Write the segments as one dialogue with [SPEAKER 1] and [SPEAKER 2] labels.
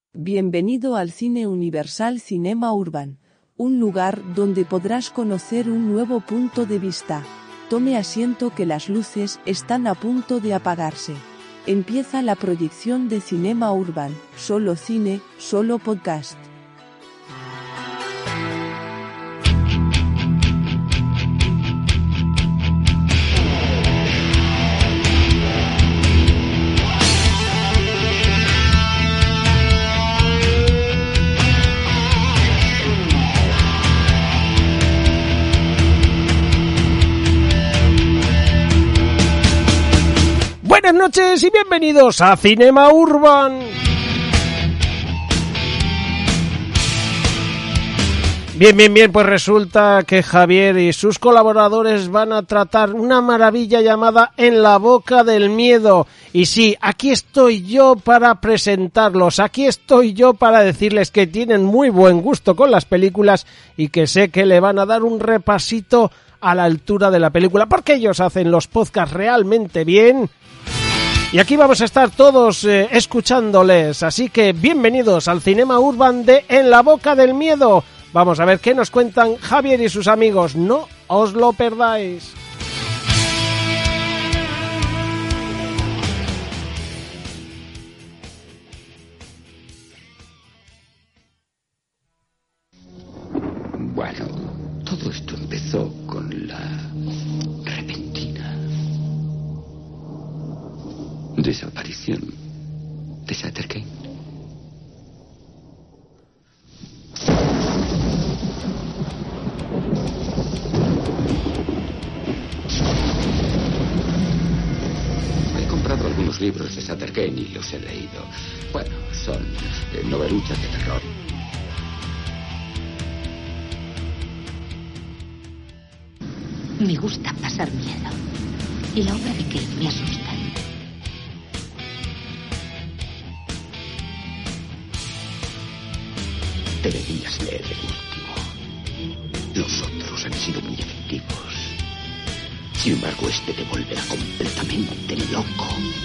[SPEAKER 1] Bienvenido al Cine Universal Cinema Urban, un lugar donde podrás conocer un nuevo punto de vista. Tome asiento que las luces están a punto de apagarse. Empieza la proyección de Cinema Urban, solo cine, solo podcast.
[SPEAKER 2] Buenas noches y bienvenidos a Cinema Urban. Bien, pues resulta que Javier y sus colaboradores van a tratar una maravilla llamada En la boca del miedo. Y sí, aquí estoy yo para presentarlos, aquí estoy yo para decirles que tienen muy buen gusto con las películas y que sé que le van a dar un repasito a la altura de la película, porque ellos hacen los podcasts realmente bien. Y aquí vamos a estar todos escuchándoles, así que bienvenidos al Cinema Urban de En la boca del miedo. Vamos a ver qué nos cuentan Javier y sus amigos, no os lo perdáis.
[SPEAKER 3] Bueno, todo esto empezó con la repentina desaparición de Sutter Kane. He comprado algunos libros de Sutter Kane y los he leído. Bueno, son noveluchas de terror.
[SPEAKER 4] Me gusta pasar miedo. Y la obra de Kane me asusta.
[SPEAKER 3] Deberías leer el último. Los otros han sido muy efectivos. Sin embargo, este te volverá completamente loco.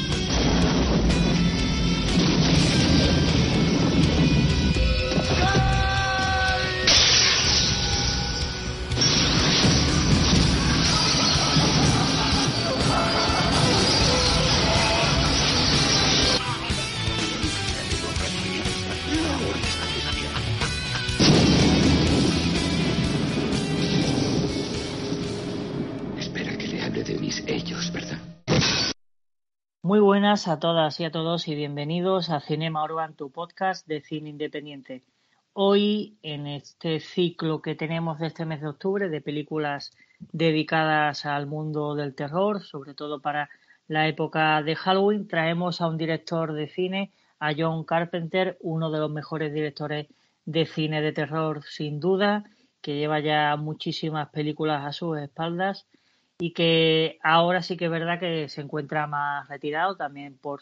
[SPEAKER 5] Muy buenas a todas y a todos y bienvenidos a Cinema Urban, tu podcast de cine independiente. Hoy, en este ciclo que tenemos de este mes de octubre de películas dedicadas al mundo del terror, sobre todo para la época de Halloween, traemos a un director de cine, a John Carpenter, uno de los mejores directores de cine de terror sin duda, que lleva ya muchísimas películas a sus espaldas y que ahora sí que es verdad que se encuentra más retirado también por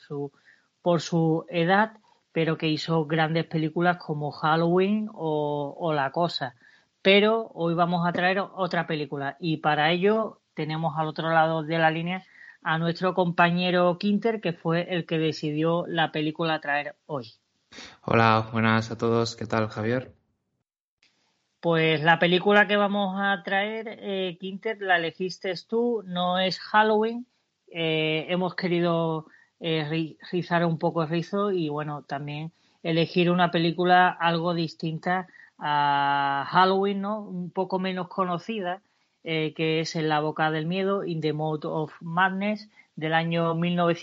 [SPEAKER 5] su edad, pero que hizo grandes películas como Halloween o La Cosa. Pero hoy vamos a traer otra película y para ello tenemos al otro lado de la línea a nuestro compañero Quinter, que fue el que decidió la película a traer hoy.
[SPEAKER 6] Hola, buenas a todos. ¿Qué tal, Javier?
[SPEAKER 5] Pues la película que vamos a traer, Quinter, la elegiste tú, no es Halloween. Hemos querido rizar un poco el rizo y, bueno, también elegir una película algo distinta a Halloween, ¿no? Un poco menos conocida, que es En la boca del miedo, In the Mouth of Madness, del año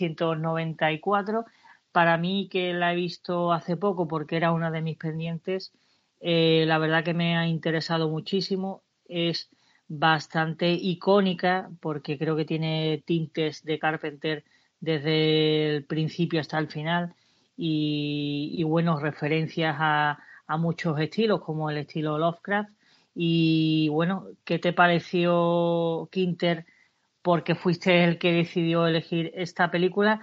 [SPEAKER 5] 1994. Para mí, que la he visto hace poco porque era una de mis pendientes, la verdad que me ha interesado muchísimo. Es bastante icónica porque creo que tiene tintes de Carpenter desde el principio hasta el final y bueno, referencias a muchos estilos como el estilo Lovecraft. Y bueno, ¿qué te pareció, Quinter? Porque fuiste el que decidió elegir esta película,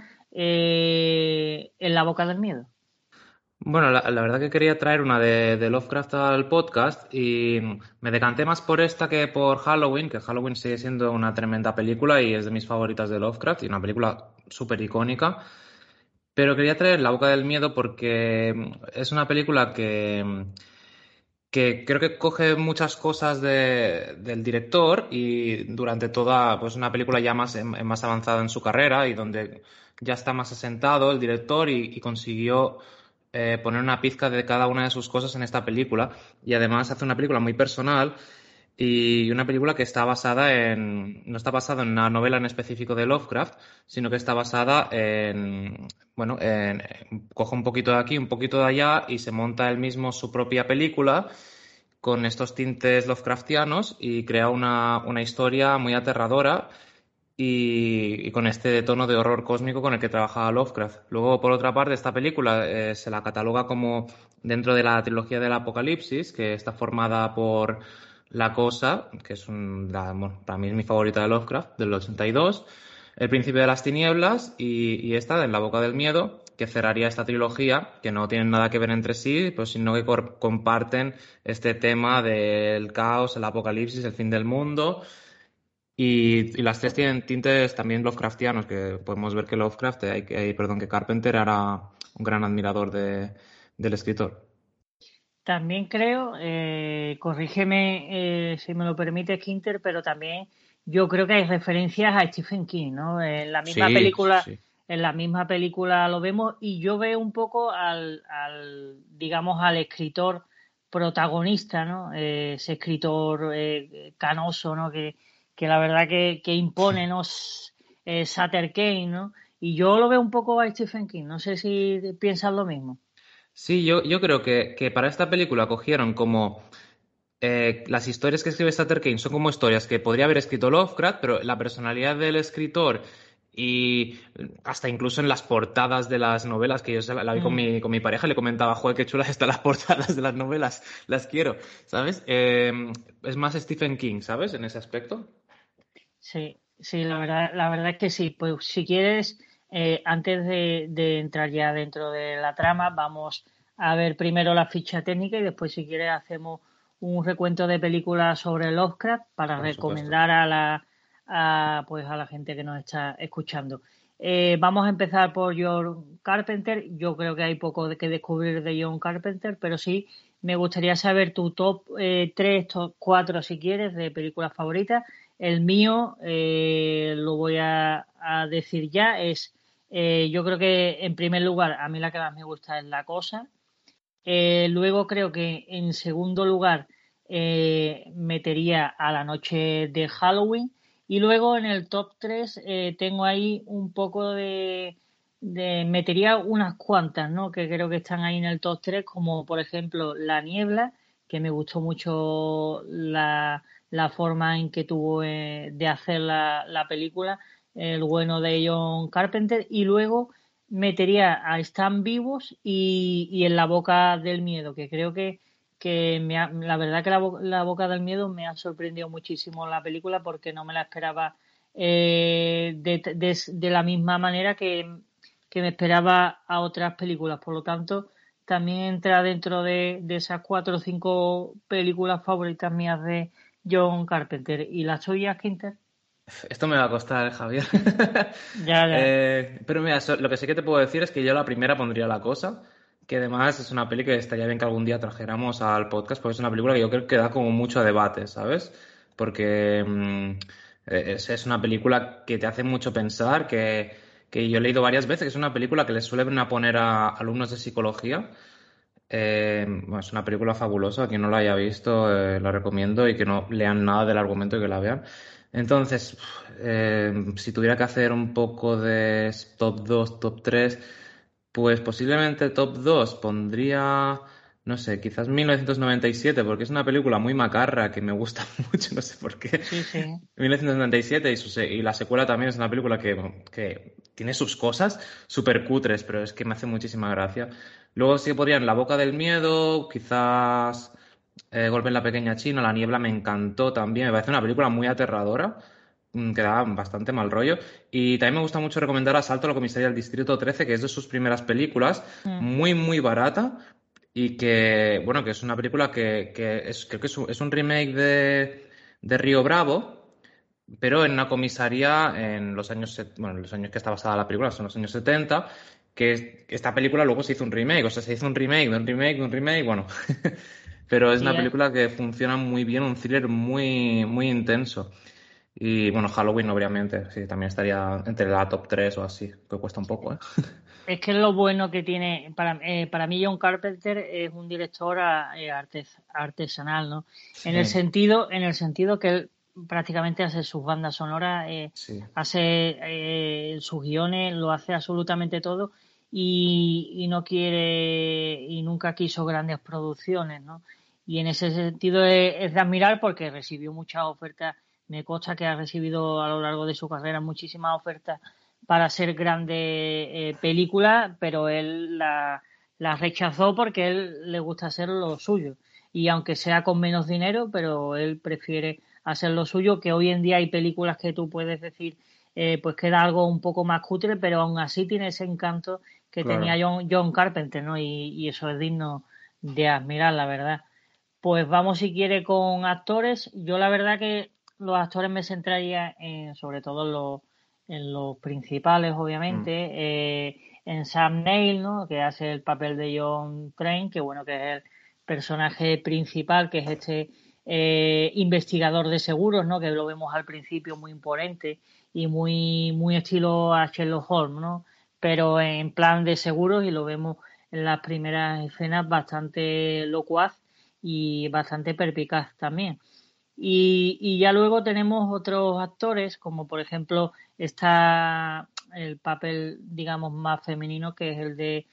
[SPEAKER 5] En la boca del miedo.
[SPEAKER 6] Bueno, la verdad que quería traer una de Lovecraft al podcast y me decanté más por esta que por Halloween, que Halloween sigue siendo una tremenda película y es de mis favoritas de Lovecraft y una película súper icónica. Pero quería traer La Boca del Miedo porque es una película que creo que coge muchas cosas del director y durante toda, pues una película ya más avanzada en su carrera y donde ya está más asentado el director y consiguió poner una pizca de cada una de sus cosas en esta película y además hace una película muy personal y una película que está basada no está basada en una novela en específico de Lovecraft, sino que está basada bueno, coge un poquito de aquí, un poquito de allá y se monta él mismo su propia película con estos tintes Lovecraftianos y crea una historia muy aterradora y con este tono de horror cósmico con el que trabajaba Lovecraft. Luego, por otra parte, esta película se la cataloga como dentro de la trilogía del Apocalipsis, que está formada por La Cosa, que es bueno, para mí es mi favorita de Lovecraft, del 82, El Príncipe de las Tinieblas y esta, En la Boca del Miedo, que cerraría esta trilogía, que no tienen nada que ver entre sí, pues, sino que comparten este tema del caos, el apocalipsis, el fin del mundo. Y las tres tienen tintes también Lovecraftianos, que podemos ver que Lovecraft, perdón, que Carpenter era un gran admirador del escritor.
[SPEAKER 5] También creo, corrígeme si me lo permite, Quinter, pero también yo creo que hay referencias a Stephen King, ¿no?
[SPEAKER 6] Sí, sí.
[SPEAKER 5] En la misma película lo vemos y yo veo un poco digamos, al escritor protagonista, ¿no? Ese escritor canoso, ¿no? Que la verdad que impone, ¿no? Sutter Kane, ¿no? Y yo lo veo un poco a Stephen King. No sé si piensas lo mismo.
[SPEAKER 6] Sí, yo creo que para esta película cogieron como las historias que escribe Sutter Kane son como historias que podría haber escrito Lovecraft, pero la personalidad del escritor y hasta incluso en las portadas de las novelas, que yo la vi con mi pareja, le comentaba, joder, qué chulas están las portadas de las novelas, las quiero, ¿sabes? Es más Stephen King, ¿sabes? En ese aspecto.
[SPEAKER 5] Sí, sí, la verdad es que sí. Pues si quieres, antes de entrar ya dentro de la trama, vamos a ver primero la ficha técnica y después, si quieres, hacemos un recuento de películas sobre Lovecraft para
[SPEAKER 6] Por supuesto.
[SPEAKER 5] recomendar pues a la gente que nos está escuchando. Vamos a empezar por John Carpenter. Yo creo que hay poco que descubrir de John Carpenter, pero sí me gustaría saber tu top 3, top 4, si quieres, de películas favoritas. El mío, lo voy a decir ya, yo creo que en primer lugar, a mí la que más me gusta es La Cosa. Luego creo que en segundo lugar metería a La Noche de Halloween. Y luego en el top 3 tengo ahí un poco metería unas cuantas, ¿no? Que creo que están ahí en el top 3, como por ejemplo La Niebla, que me gustó mucho la forma en que tuvo de hacer la película, el bueno de John Carpenter. Y luego metería a Están Vivos y En la Boca del Miedo, que creo que la verdad que la Boca del Miedo me ha sorprendido muchísimo la película porque no me la esperaba de la misma manera que me esperaba a otras películas. Por lo tanto, también entra dentro de esas 4 o 5 películas favoritas mías de John Carpenter. ¿Y las tuyas, Quinter?
[SPEAKER 6] Esto me va a costar, Javier.
[SPEAKER 5] Ya, ya.
[SPEAKER 6] Pero mira, lo que sí que te puedo decir es que yo la primera pondría La Cosa, que además es una peli que estaría bien que algún día trajéramos al podcast, porque es una película que yo creo que da como mucho debate, ¿sabes? Porque es una película que te hace mucho pensar, que yo he leído varias veces, que es una película que les suelen poner a alumnos de psicología. Bueno, es una película fabulosa, a quien no la haya visto, la recomiendo y que no lean nada del argumento y que la vean. Entonces, si tuviera que hacer un poco de top 2 top 3 pues posiblemente top 2 pondría, no sé, quizás 1997, porque es una película muy macarra que me gusta mucho, no sé por qué.
[SPEAKER 5] Sí, sí.
[SPEAKER 6] 1997 y la secuela también es una película que tiene sus cosas súper cutres, pero es que me hace muchísima gracia. Luego sí que podrían La Boca del Miedo, quizás Golpe en la Pequeña China, La Niebla me encantó también, me parece una película muy aterradora, que da bastante mal rollo. Y también me gusta mucho recomendar Asalto a la Comisaría del Distrito 13, que es de sus primeras películas,
[SPEAKER 5] Mm.
[SPEAKER 6] muy, muy barata. Y que, bueno, que es una película creo que es un remake de Río Bravo, pero en una comisaría en los años, bueno, en los años que está basada la película, son los años 70, que esta película luego se hizo un remake, o sea, se hizo un remake de un remake de un remake, bueno. Pero es
[SPEAKER 5] Sí,
[SPEAKER 6] una película que funciona muy bien, un thriller muy, muy intenso. Y bueno, Halloween, obviamente, sí, también estaría entre la top 3 o así, que cuesta un poco, ¿eh?
[SPEAKER 5] es que lo bueno que tiene, para mí John Carpenter es un director artesanal, ¿no?
[SPEAKER 6] Sí,
[SPEAKER 5] En el sentido que él prácticamente hace sus bandas sonoras,
[SPEAKER 6] sí,
[SPEAKER 5] hace sus guiones, lo hace absolutamente todo y no quiere y nunca quiso grandes producciones, ¿no? Y en ese sentido es de admirar porque recibió muchas ofertas. Me consta que ha recibido a lo largo de su carrera muchísimas ofertas para hacer grandes películas, pero él la rechazó porque a él le gusta hacer lo suyo. Y aunque sea con menos dinero, pero él prefiere hacer lo suyo, que hoy en día hay películas que tú puedes decir, pues queda algo un poco más cutre, pero aún así tiene ese encanto que tenía
[SPEAKER 6] claro.
[SPEAKER 5] John Carpenter, ¿no? Y eso es digno de admirar, la verdad. Pues vamos, si quiere, con actores. Yo la verdad que los actores me centraría sobre todo en los principales,
[SPEAKER 6] Mm.
[SPEAKER 5] obviamente, en Sam Neill, ¿no? Que hace el papel de John Crane, que bueno, que es el personaje principal, que es este investigador de seguros, ¿no? Que lo vemos al principio muy imponente y muy estilo a Sherlock Holmes, ¿no? Pero en plan de seguros y lo vemos en las primeras escenas bastante locuaz y bastante perpicaz también. Y ya luego tenemos otros actores, como por ejemplo está el papel, digamos, más femenino, que es el de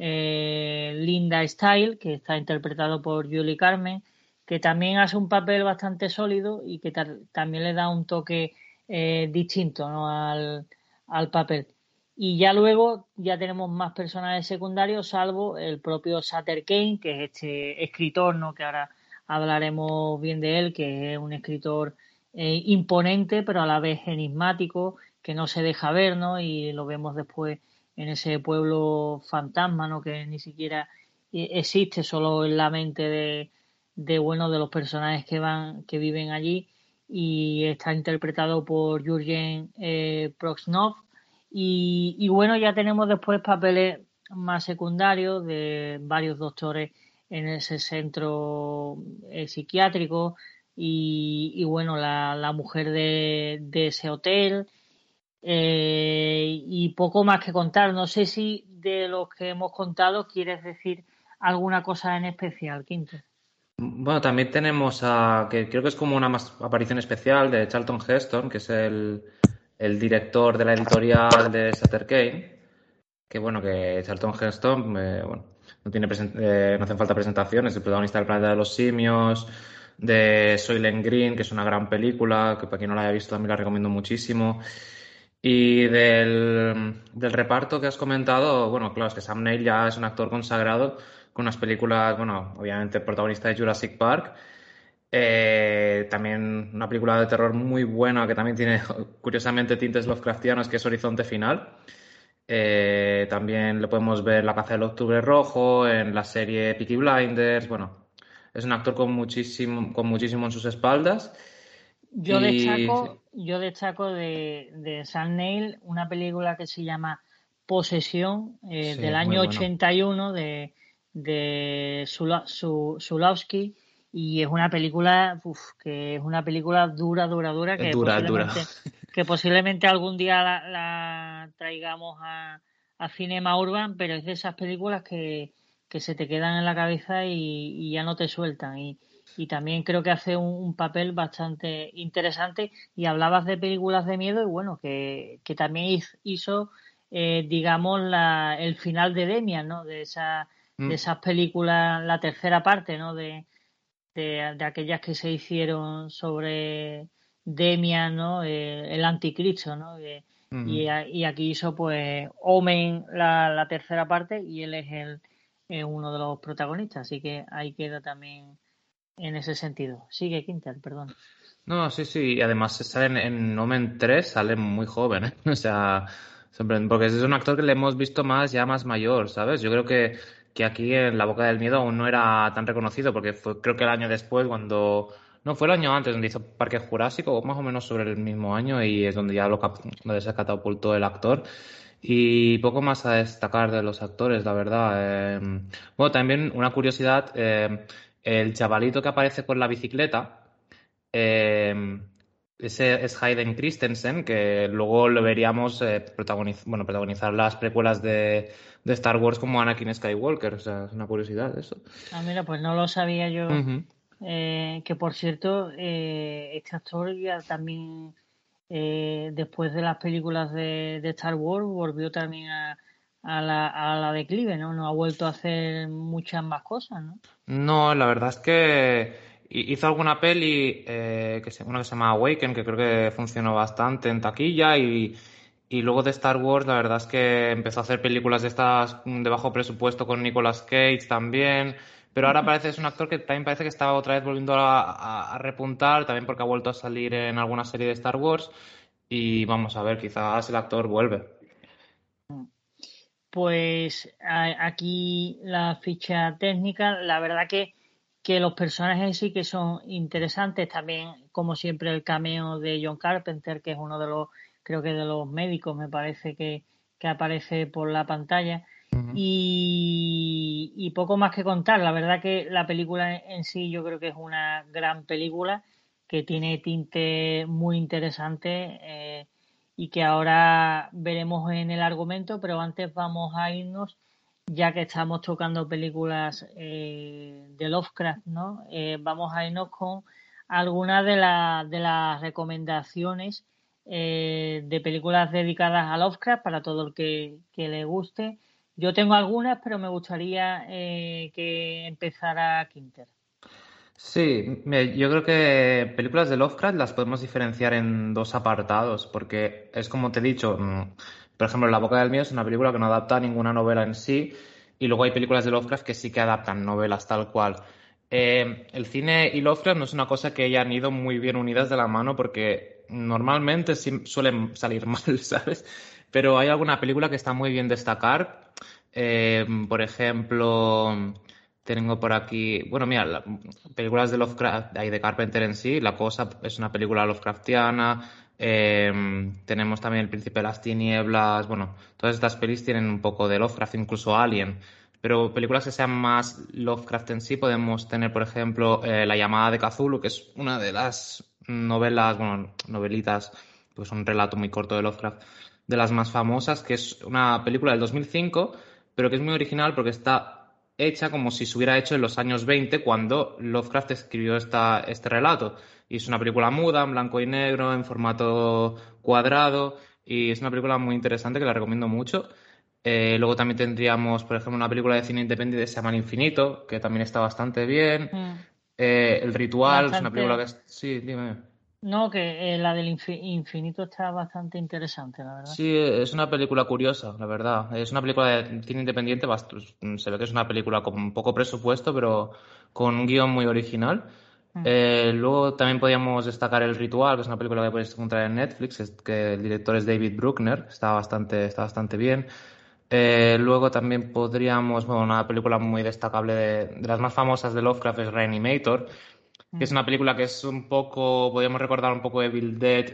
[SPEAKER 5] Linda Style, que está interpretado por Julie Carmen, que también hace un papel bastante sólido y que también le da un toque distinto, ¿no? al papel. Y ya luego ya tenemos más personajes secundarios, salvo el propio Sutter Kane, que es este escritor, ¿no? Que ahora hablaremos bien de él, que es un escritor imponente, pero a la vez enigmático, que no se deja ver, ¿no? Y lo vemos después en ese pueblo fantasma, ¿no? Que ni siquiera existe, solo en la mente bueno, de los personajes que viven allí. Y está interpretado por Jurgen Prochnow. Y bueno, ya tenemos después papeles más secundarios de varios doctores en ese centro psiquiátrico y bueno, la mujer de ese hotel y poco más que contar. No sé si de los que hemos contado quieres decir alguna cosa en especial, Quinto.
[SPEAKER 6] Bueno, también tenemos a, que creo que es como una aparición especial de Charlton Heston, que es el director de la editorial de Sutter Kane, que bueno, que Charlton Heston, bueno, no hacen falta presentaciones, el protagonista del Planeta de los Simios, de Soylent Green, que es una gran película, que para quien no la haya visto también la recomiendo muchísimo. Y del reparto que has comentado, bueno, claro, es que Sam Neill ya es un actor consagrado con unas películas, bueno, obviamente protagonista de Jurassic Park, también una película de terror muy buena que también tiene, curiosamente, tintes Lovecraftianos, que es Horizonte Final. También lo podemos ver en La Caza del Octubre Rojo, en la serie Peaky Blinders. Bueno, es un actor con muchísimo en sus espaldas. Y
[SPEAKER 5] Yo destaco de Sam Neill una película que se llama Posesión del
[SPEAKER 6] sí, muy
[SPEAKER 5] año
[SPEAKER 6] bueno.
[SPEAKER 5] 81 de Zulawski y es una película que es una película dura
[SPEAKER 6] Es dura, es dura.
[SPEAKER 5] que posiblemente algún día la traigamos a Cinema Urban, pero es de esas películas que se te quedan en la cabeza y ya no te sueltan y también creo que hace un papel bastante interesante. Y hablabas de películas de miedo y bueno, que también hizo, digamos, el final de Demian, ¿no? De
[SPEAKER 6] Mm,
[SPEAKER 5] esas películas, la tercera parte, ¿no? De aquellas que se hicieron sobre Demian, ¿no? El anticristo, ¿no?
[SPEAKER 6] mm.
[SPEAKER 5] Y aquí hizo pues Omen la tercera parte y él es uno de los protagonistas, así que ahí queda también en ese sentido. Sigue Quinter, perdón.
[SPEAKER 6] No, sí, sí. Y además sale en Omen 3, sale muy joven, ¿eh? O sea, porque es un actor que le hemos visto más, ya más mayor, ¿sabes? Yo creo que aquí en La Boca del Miedo aún no era tan reconocido, porque fue creo que el año después cuando... No, fue el año antes donde hizo Parque Jurásico, o más o menos sobre el mismo año, y es donde ya donde se catapultó el actor. Y poco más a destacar de los actores, la verdad. Bueno, también una curiosidad, el chavalito que aparece con la bicicleta, eh, ese es Hayden Christensen, que luego lo veríamos protagonizar las precuelas de Star Wars como Anakin Skywalker. O sea, es una curiosidad eso.
[SPEAKER 5] Ah, mira, pues no lo sabía yo.
[SPEAKER 6] Ujú.
[SPEAKER 5] Que por cierto, este actor ya también, después de las películas de Star Wars, volvió también a la declive, ¿no? No ha vuelto a hacer muchas más cosas, ¿no?
[SPEAKER 6] No, la verdad es que hizo alguna peli, una que se llama Awaken, que creo que funcionó bastante en taquilla, y luego de Star Wars, la verdad es que empezó a hacer películas de estas de bajo presupuesto con Nicolas Cage también, pero ahora parece es un actor que también parece que está otra vez volviendo a repuntar, también porque ha vuelto a salir en alguna serie de Star Wars, y vamos a ver, quizás el actor vuelve.
[SPEAKER 5] Pues aquí la ficha técnica, la verdad que los personajes sí que son interesantes, también como siempre el cameo de John Carpenter, que es uno de los, creo que de los médicos, me parece que aparece por la pantalla. Y poco más que contar, la verdad que la película en sí yo creo que es una gran película que tiene tinte muy interesante. Y que ahora veremos en el argumento, pero antes vamos a irnos, ya que estamos tocando películas de Lovecraft, ¿no? Vamos a irnos con algunas de las recomendaciones de películas dedicadas a Lovecraft para todo el que le guste. Yo tengo algunas, pero me gustaría que empezara Quinter.
[SPEAKER 6] Sí, yo creo que películas de Lovecraft las podemos diferenciar en dos apartados, porque es como te he dicho, por ejemplo, La Boca del Miedo es una película que no adapta a ninguna novela en sí, y luego hay películas de Lovecraft que sí que adaptan novelas tal cual. El cine y Lovecraft no es una cosa que hayan ido muy bien unidas de la mano, porque normalmente suelen salir mal, ¿sabes? Pero hay alguna película que está muy bien destacar. Por ejemplo. Tengo por aquí, bueno, mira, películas de Lovecraft, hay de Carpenter en sí, La Cosa es una película Lovecraftiana, tenemos también El Príncipe de las Tinieblas, bueno, todas estas pelis tienen un poco de Lovecraft, incluso Alien, pero películas que sean más Lovecraft en sí, podemos tener, por ejemplo, La Llamada de Cthulhu, que es una de las novelas, bueno, novelitas, pues un relato muy corto de Lovecraft, de las más famosas, que es una película del 2005, pero que es muy original porque está hecha como si se hubiera hecho en los años 20 cuando Lovecraft escribió este relato. Y es una película muda, en blanco y negro, en formato cuadrado, y es una película muy interesante que la recomiendo mucho. Luego también tendríamos, por ejemplo, una película de cine independiente que se llama El Infinito, que también está bastante bien.
[SPEAKER 5] Mm,
[SPEAKER 6] El Ritual es una película que
[SPEAKER 5] bastante,
[SPEAKER 6] es... Sí, dime.
[SPEAKER 5] no, que la del infinito está bastante interesante, la verdad.
[SPEAKER 6] Sí, es una película curiosa, la verdad. Es una película de cine independiente, se ve que es una película con poco presupuesto, pero con un guión muy original.
[SPEAKER 5] Mm.
[SPEAKER 6] Luego también podríamos destacar El Ritual, que es una película que puedes encontrar en Netflix, que el director es David Bruckner, está bastante bien. Luego también podríamos, bueno, una película muy destacable de las más famosas de Lovecraft es Reanimator, que es
[SPEAKER 5] Mm.
[SPEAKER 6] una película que es un poco, podríamos recordar un poco Evil Dead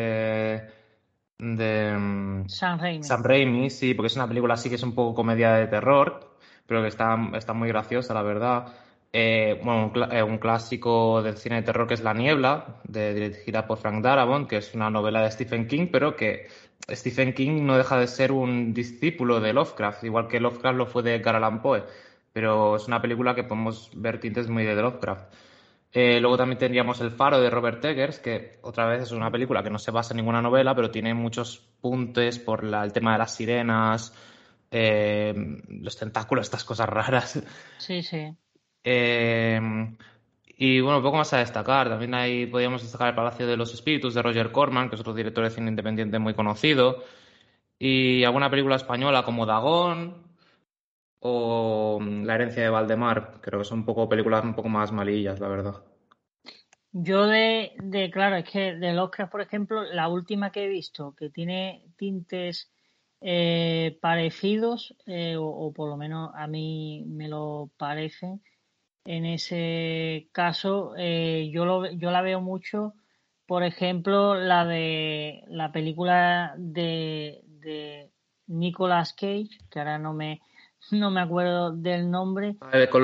[SPEAKER 6] de
[SPEAKER 5] San Raimi.
[SPEAKER 6] Sam Raimi, sí, porque es una película así que es un poco comedia de terror, pero que está muy graciosa, la verdad. Bueno, un clásico del cine de terror que es La Niebla, dirigida por Frank Darabont, que es una novela de Stephen King, pero que Stephen King no deja de ser un discípulo de Lovecraft, igual que Lovecraft lo fue de Edgar Allan Poe, pero es una película que podemos ver tintes muy de Lovecraft. Luego también tendríamos El Faro de Robert Eggers, que otra vez es una película que no se basa en ninguna novela, pero tiene muchos puntos por el tema de las sirenas, eh, los tentáculos, estas cosas raras.
[SPEAKER 5] Sí, sí.
[SPEAKER 6] Eh, y bueno, poco más a destacar. También ahí podríamos destacar El Palacio de los Espíritus de Roger Corman, que es otro director de cine independiente muy conocido. Y alguna película española como Dagón o La herencia de Valdemar. Creo que son un poco películas un poco más malillas, la verdad.
[SPEAKER 5] Yo claro, es que de Lovecraft, por ejemplo, la última que he visto que tiene tintes parecidos, o por lo menos a mí me lo parecen, en ese caso, yo la veo mucho, por ejemplo, la de la película Nicolas Cage, que ahora no me acuerdo del nombre.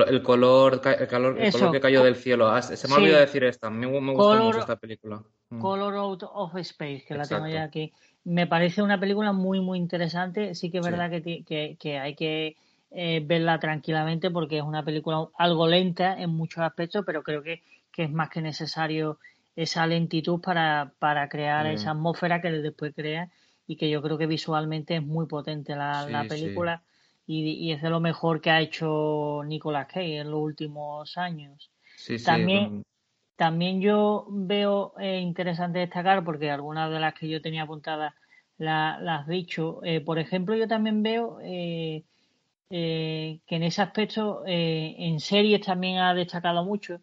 [SPEAKER 6] El color que
[SPEAKER 5] Eso,
[SPEAKER 6] cayó del cielo. Se me ha olvidado
[SPEAKER 5] sí,
[SPEAKER 6] decir esta. Me gustó mucho
[SPEAKER 5] Color,
[SPEAKER 6] esta película.
[SPEAKER 5] Color Out of Space, que la tengo ya
[SPEAKER 6] Exacto.
[SPEAKER 5] aquí. Me parece una película muy, muy interesante. Sí que es
[SPEAKER 6] Sí.
[SPEAKER 5] verdad que hay que verla tranquilamente porque es una película algo lenta en muchos aspectos, pero creo que es más que necesario esa lentitud para crear esa atmósfera que después crea y que yo creo que visualmente es muy potente la
[SPEAKER 6] Sí, sí.
[SPEAKER 5] película y es de lo mejor que ha hecho Nicolas Cage en los últimos años.
[SPEAKER 6] Sí, sí.
[SPEAKER 5] También también yo veo interesante destacar, porque algunas de las que yo tenía apuntadas las has dicho. Por ejemplo, yo también veo que en ese aspecto en series también ha destacado mucho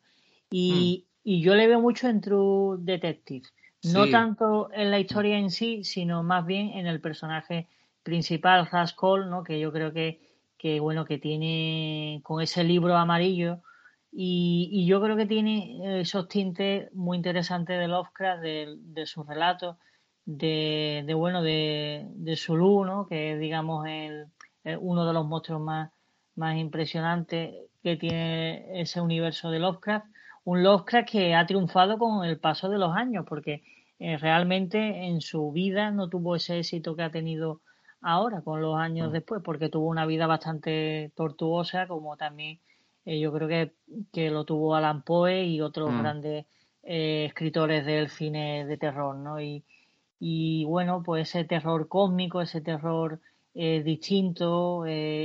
[SPEAKER 5] y yo le veo mucho en True Detective. No
[SPEAKER 6] Sí.
[SPEAKER 5] tanto en la historia en sí, sino más bien en el personaje principal, Haskell, ¿no? Que yo creo que bueno, que tiene con ese libro amarillo y yo creo que tiene esos tintes muy interesantes de Lovecraft, de sus relatos, bueno, de Zulu, ¿no? Que es, digamos, uno de los monstruos más impresionantes que tiene ese universo de Lovecraft. Un Lovecraft que ha triunfado con el paso de los años, porque realmente en su vida no tuvo ese éxito que ha tenido ahora, con los años después, porque tuvo una vida bastante tortuosa, como también yo creo que lo tuvo Alan Poe y otros grandes escritores del cine de terror, ¿no? Y bueno, pues ese terror cósmico, ese terror distinto,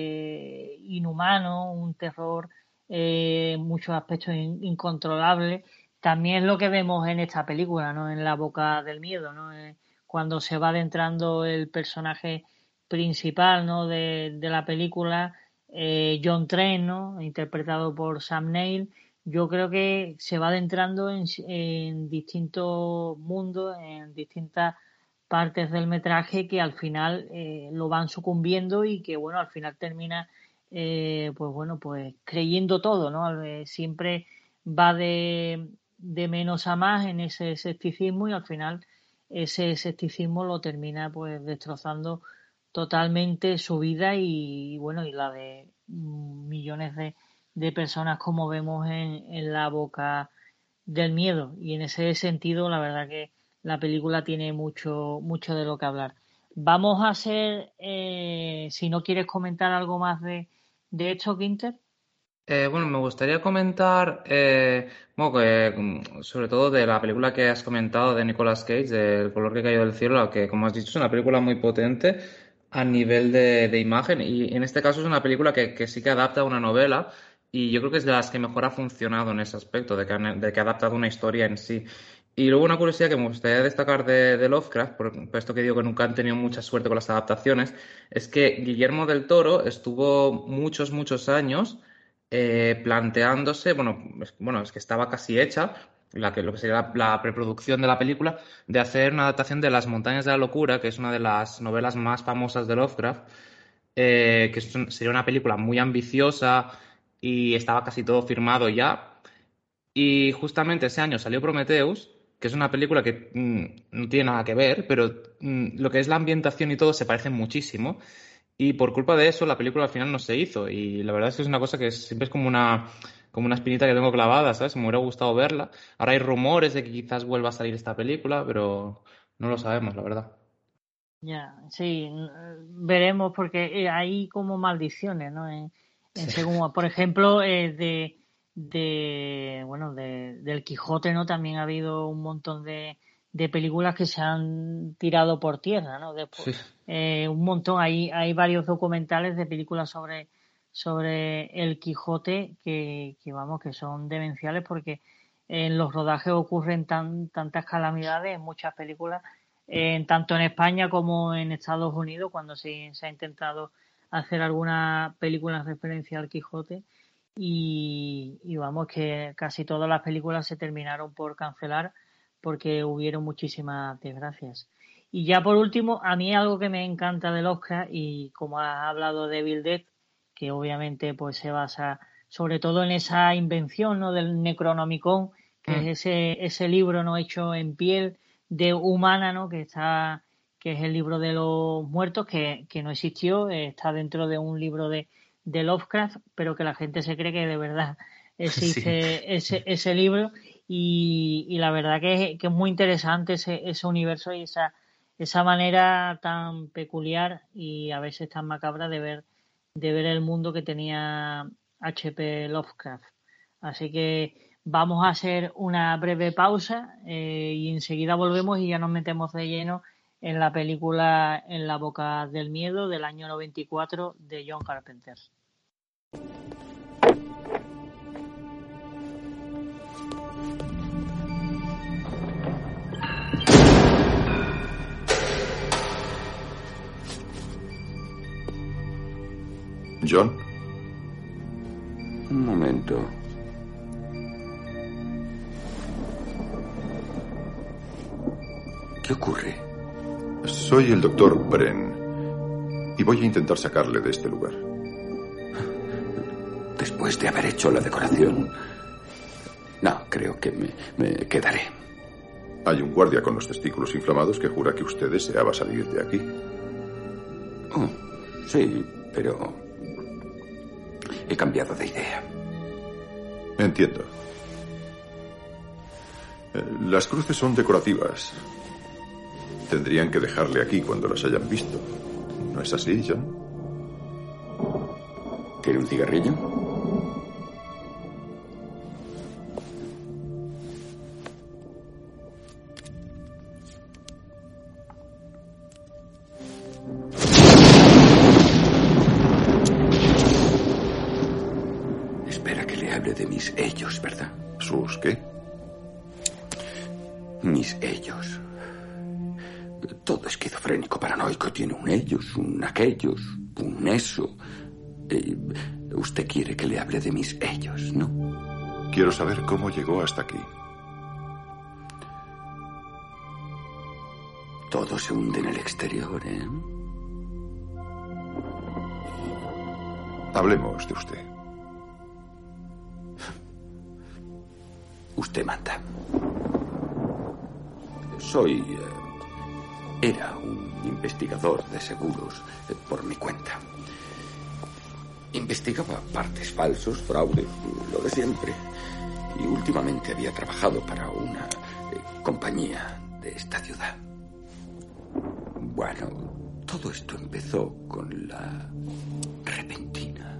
[SPEAKER 5] inhumano, un terror en muchos aspectos incontrolable. También es lo que vemos en esta película, ¿no? En La Boca del Miedo, ¿no? Cuando se va adentrando el personaje principal, ¿no? De la película, John Trent, ¿no? Interpretado por Sam Neill. Yo creo que se va adentrando en distintos mundos, en distintas partes del metraje que al final lo van sucumbiendo y que bueno al final termina pues bueno pues creyendo todo, ¿no? Siempre va de menos a más en ese escepticismo y al final ese escepticismo lo termina pues destrozando totalmente su vida y bueno y la de millones de personas como vemos en La Boca del Miedo y en ese sentido la verdad que la película tiene mucho de lo que hablar. Vamos a hacer, si no quieres comentar algo más de esto, Quinter.
[SPEAKER 6] Bueno, me gustaría comentar, bueno, que, sobre todo de la película que has comentado de Nicolas Cage, del color que cayó del cielo, que como has dicho es una película muy potente a nivel de imagen y en este caso es una película que sí que adapta una novela y yo creo que es de las que mejor ha funcionado en ese aspecto, de que ha adaptado una historia en sí. Y luego una curiosidad que me gustaría destacar de Lovecraft, por esto que digo que nunca han tenido mucha suerte con las adaptaciones, es que Guillermo del Toro estuvo muchos años planteándose, bueno, es que estaba casi hecha, lo que sería la preproducción de la película, de hacer una adaptación de Las Montañas de la Locura, que es una de las novelas más famosas de Lovecraft, sería una película muy ambiciosa y estaba casi todo firmado ya. Y justamente ese año salió Prometheus, que es una película que no tiene nada que ver, pero lo que es la ambientación y todo se parece muchísimo. Y por culpa de eso, la película al final no se hizo. Y la verdad es que es una cosa que siempre es como una espinita que tengo clavada, ¿sabes? Me hubiera gustado verla. Ahora hay rumores de que quizás vuelva a salir esta película, pero no lo sabemos, la verdad.
[SPEAKER 5] Ya, sí, veremos porque hay como maldiciones, ¿no?
[SPEAKER 6] Sí,
[SPEAKER 5] Según, por ejemplo, bueno, del Quijote, ¿no? También ha habido un montón de películas que se han tirado por tierra, ¿no? Después,
[SPEAKER 6] sí,
[SPEAKER 5] un montón, hay varios documentales de películas sobre el Quijote vamos, que son demenciales porque en los rodajes ocurren tantas calamidades en muchas películas tanto en España como en Estados Unidos, cuando se ha intentado hacer alguna película en referencia al Quijote. Y vamos, que casi todas las películas se terminaron por cancelar porque hubieron muchísimas desgracias. Y ya por último, a mí algo que me encanta del Oscar, y como has hablado de Bill Dead, que obviamente pues se basa sobre todo en esa invención, ¿no? Del Necronomicon, que
[SPEAKER 6] Mm,
[SPEAKER 5] es ese libro no hecho en piel de humana, ¿no? que es el libro de los muertos, que no existió, está dentro de un libro de Lovecraft, pero que la gente se cree que de verdad existe ese libro, y la verdad que es muy interesante ese universo y esa manera tan peculiar y a veces tan macabra de ver el mundo que tenía H.P. Lovecraft. Así que vamos a hacer una breve pausa y enseguida volvemos y ya nos metemos de lleno en la película En la boca del miedo del año 94 de John Carpenter.
[SPEAKER 7] ¿John?
[SPEAKER 3] Un momento. ¿Qué ocurre?
[SPEAKER 7] Soy el doctor Bren y voy a intentar sacarle de este lugar.
[SPEAKER 3] Después de haber hecho la decoración... No, creo que me quedaré.
[SPEAKER 7] Hay un guardia con los testículos inflamados que jura que usted deseaba salir de aquí.
[SPEAKER 3] Oh, sí, pero... he cambiado de idea.
[SPEAKER 7] Entiendo. Las cruces son decorativas. Tendrían que dejarle aquí cuando las hayan visto. ¿No es así, John?
[SPEAKER 3] ¿Quiere un cigarrillo? Espera que le hable de mis ellos, ¿verdad?
[SPEAKER 7] ¿Sus qué?
[SPEAKER 3] Mis ellos. Todo esquizofrénico paranoico tiene un ellos, un aquellos, un eso. Usted quiere que le hable de mis ellos, ¿no?
[SPEAKER 7] Quiero saber cómo llegó hasta aquí.
[SPEAKER 3] Todo se hunde en el exterior, ¿eh?
[SPEAKER 7] Hablemos de usted.
[SPEAKER 3] Usted manda. Era un investigador de seguros por mi cuenta. Investigaba partes falsos, fraudes, lo de siempre. Y últimamente había trabajado para una compañía de esta ciudad. Bueno, todo esto empezó con la repentina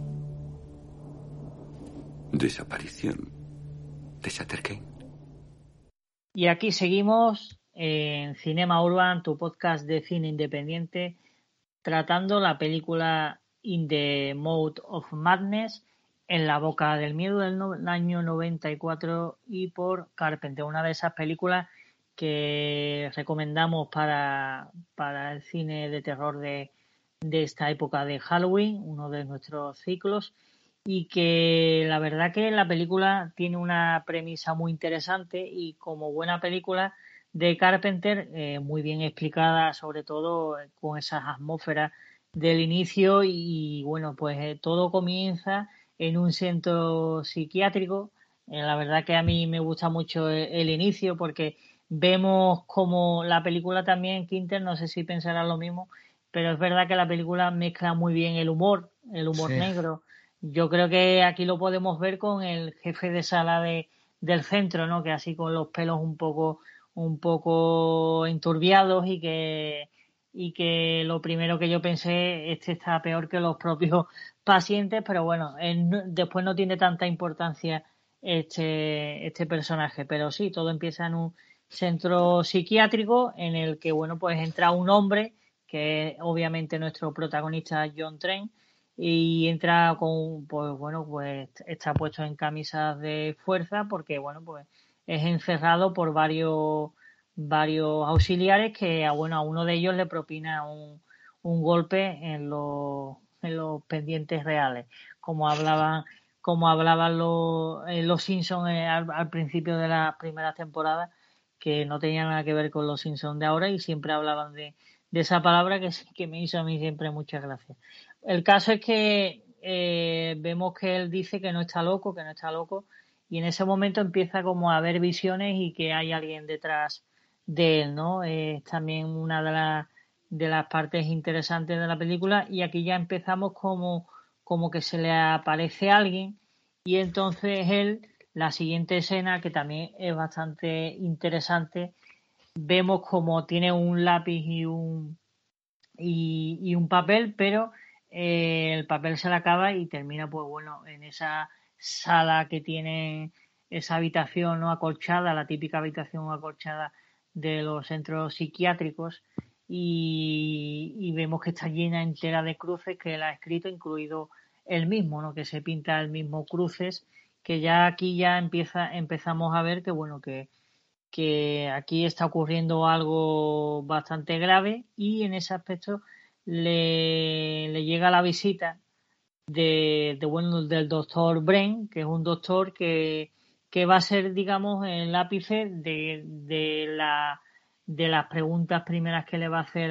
[SPEAKER 3] desaparición de Sutter Kane.
[SPEAKER 5] Y aquí seguimos en Cinema Urban, tu podcast de cine independiente, tratando la película In the Mouth of Madness, En la boca del miedo del año 94 y por Carpenter, una de esas películas que recomendamos para el cine de terror de esta época de Halloween, uno de nuestros ciclos, y que la verdad que la película tiene una premisa muy interesante y como buena película de Carpenter, muy bien explicada, sobre todo con esas atmósferas del inicio y bueno, pues todo comienza en un centro psiquiátrico. La verdad que a mí me gusta mucho el inicio porque vemos como la película también, Quinter, no sé si pensarás lo mismo, pero es verdad que la película mezcla muy bien el humor sí. negro. Yo creo que aquí lo podemos ver con el jefe de sala del centro, ¿no? Que así con los pelos un poco enturbiados y que lo primero que yo pensé, está peor que los propios pacientes, pero bueno, después no tiene tanta importancia este personaje, pero sí, todo empieza en un centro psiquiátrico en el que, bueno, pues entra un hombre que es obviamente nuestro protagonista John Trent, y entra pues está puesto en camisas de fuerza porque, bueno, pues es encerrado por varios auxiliares que, a uno de ellos le propina un golpe en los pendientes reales, como hablaban los Simpsons al principio de la primera temporada, que no tenían nada que ver con los Simpsons de ahora y siempre hablaban de esa palabra que me hizo a mí siempre muchas gracias. El caso es que vemos que él dice que no está loco, y en ese momento empieza como a ver visiones y que hay alguien detrás de él, ¿no? Es también una de las partes interesantes de la película, y aquí ya empezamos como que se le aparece alguien, y entonces él, la siguiente escena, que también es bastante interesante, vemos como tiene un lápiz y un papel, pero el papel se le acaba y termina, pues bueno, en esa sala que tiene esa habitación no acolchada, la típica habitación acolchada de los centros psiquiátricos, y vemos que está llena entera de cruces que él ha escrito, incluido él mismo, ¿no? Que se pinta el mismo cruces, que ya aquí ya empezamos a ver que bueno, que aquí está ocurriendo algo bastante grave, y en ese aspecto le llega la visita bueno, del doctor Bren, que es un doctor que va a ser, digamos, el ápice de las preguntas primeras que le va a hacer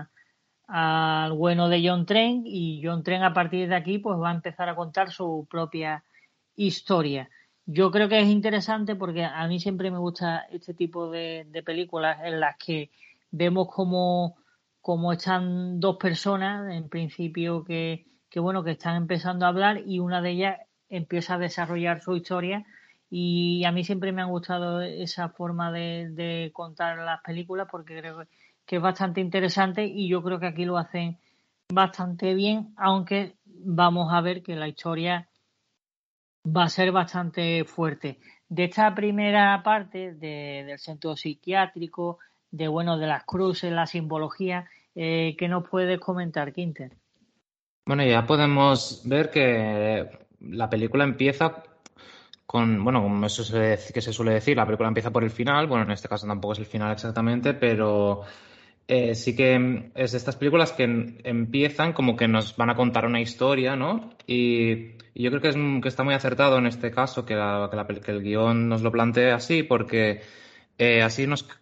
[SPEAKER 5] al bueno de John Trent, y John Trent a partir de aquí pues va a empezar a contar su propia historia. Yo creo que es interesante porque a mí siempre me gusta este tipo de películas en las que vemos como están dos personas, en principio que bueno, que están empezando a hablar, y una de ellas empieza a desarrollar su historia, y a mí siempre me ha gustado esa forma de contar las películas porque creo que es bastante interesante, y yo creo que aquí lo hacen bastante bien, aunque vamos a ver que la historia va a ser bastante fuerte. De esta primera parte del centro psiquiátrico, de bueno, de las cruces, la simbología, ¿qué nos puedes comentar, Quinter?
[SPEAKER 6] Bueno, ya podemos ver que la película empieza con, bueno, como eso que se suele decir, la película empieza por el final. Bueno, en este caso tampoco es el final exactamente, pero sí que es de estas películas que empiezan como que nos van a contar una historia, ¿no? Y yo creo que está muy acertado en este caso que el guión nos lo plantee así, porque así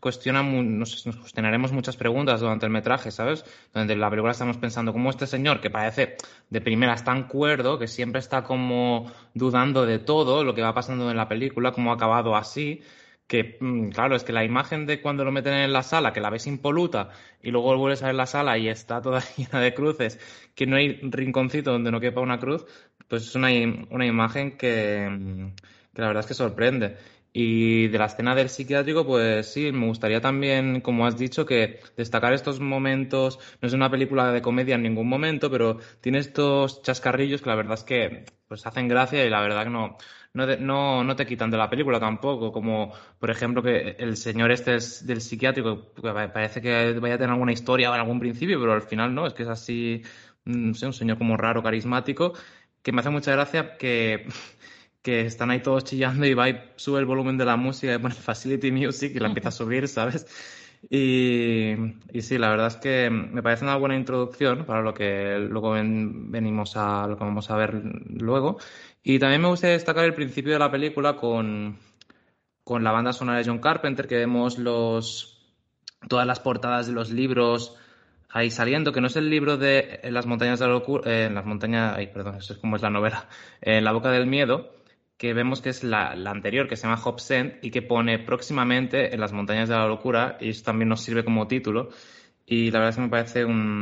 [SPEAKER 6] nos cuestionaremos muchas preguntas durante el metraje, ¿sabes? Durante la película estamos pensando cómo este señor, que parece de primera tan cuerdo, que siempre está como dudando de todo lo que va pasando en la película, cómo ha acabado así, que claro, es que la imagen de cuando lo meten en la sala, que la ves impoluta, y luego vuelves a ver la sala y está toda llena de cruces, que no hay rinconcito donde no quepa una cruz, pues es una imagen que la verdad es que sorprende. Y de la escena del psiquiátrico, pues sí, me gustaría también, como has dicho, que destacar estos momentos. No es una película de comedia en ningún momento, pero tiene estos chascarrillos que la verdad es que pues hacen gracia, y la verdad que no te quitan de la película tampoco. Como, por ejemplo, que el señor este es del psiquiátrico, que parece que vaya a tener alguna historia en algún principio, pero al final no, es que es así, no sé, un señor como raro, carismático, que me hace mucha gracia que están ahí todos chillando y va y sube el volumen de la música y pone Facility Music y la empieza a subir, ¿sabes? Y sí, la verdad es que me parece una buena introducción para lo que luego venimos a lo que vamos a ver luego. Y también me gusta destacar el principio de la película con la banda sonora de John Carpenter, que vemos todas las portadas de los libros ahí saliendo, que no es el libro de En las montañas de la locura, en las montañas, ay, perdón, eso es como es la novela, En la boca del miedo, que vemos que es la anterior, que se llama Hobbs End, y que pone próximamente En las montañas de la locura, y eso también nos sirve como título, y la verdad es que me parece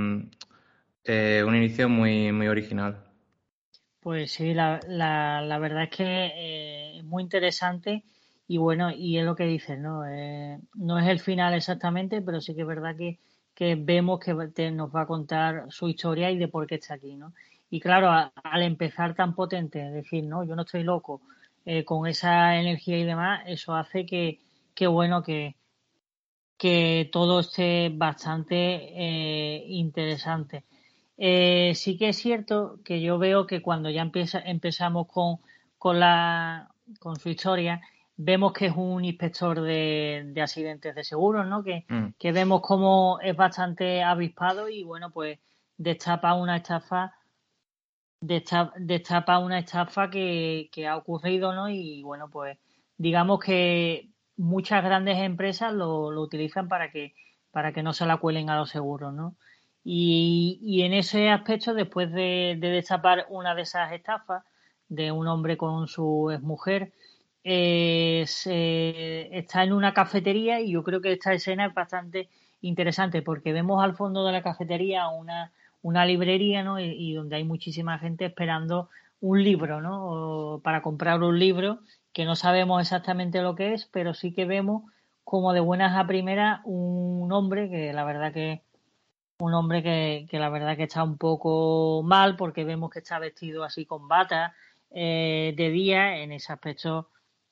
[SPEAKER 6] un inicio muy, muy original.
[SPEAKER 5] Pues sí, la verdad es que es muy interesante, y bueno, y es lo que dices, ¿no? No es el final exactamente, pero sí que es verdad que vemos que nos va a contar su historia y de por qué está aquí, ¿no? Y claro, al empezar tan potente, es decir, no, yo no estoy loco, con esa energía y demás, eso hace que bueno, que todo esté bastante interesante. Sí que es cierto que yo veo que cuando ya empezamos con su historia, vemos que es un inspector de accidentes de seguros, ¿no?
[SPEAKER 6] Mm.
[SPEAKER 5] Que vemos como es bastante avispado, y bueno, pues destapa una estafa, destapa una estafa que ha ocurrido, ¿no? Y bueno, pues digamos que muchas grandes empresas lo utilizan para que no se la cuelen a los seguros, ¿no? Y en ese aspecto, después de destapar una de esas estafas de un hombre con su exmujer, está en una cafetería y yo creo que esta escena es bastante interesante porque vemos al fondo de la cafetería una librería, ¿no? Y donde hay muchísima gente esperando un libro, ¿no? Para comprar un libro que no sabemos exactamente lo que es, pero sí que vemos como de buenas a primeras un hombre que la verdad que la verdad que está un poco mal porque vemos que está vestido así con bata de día. En ese aspecto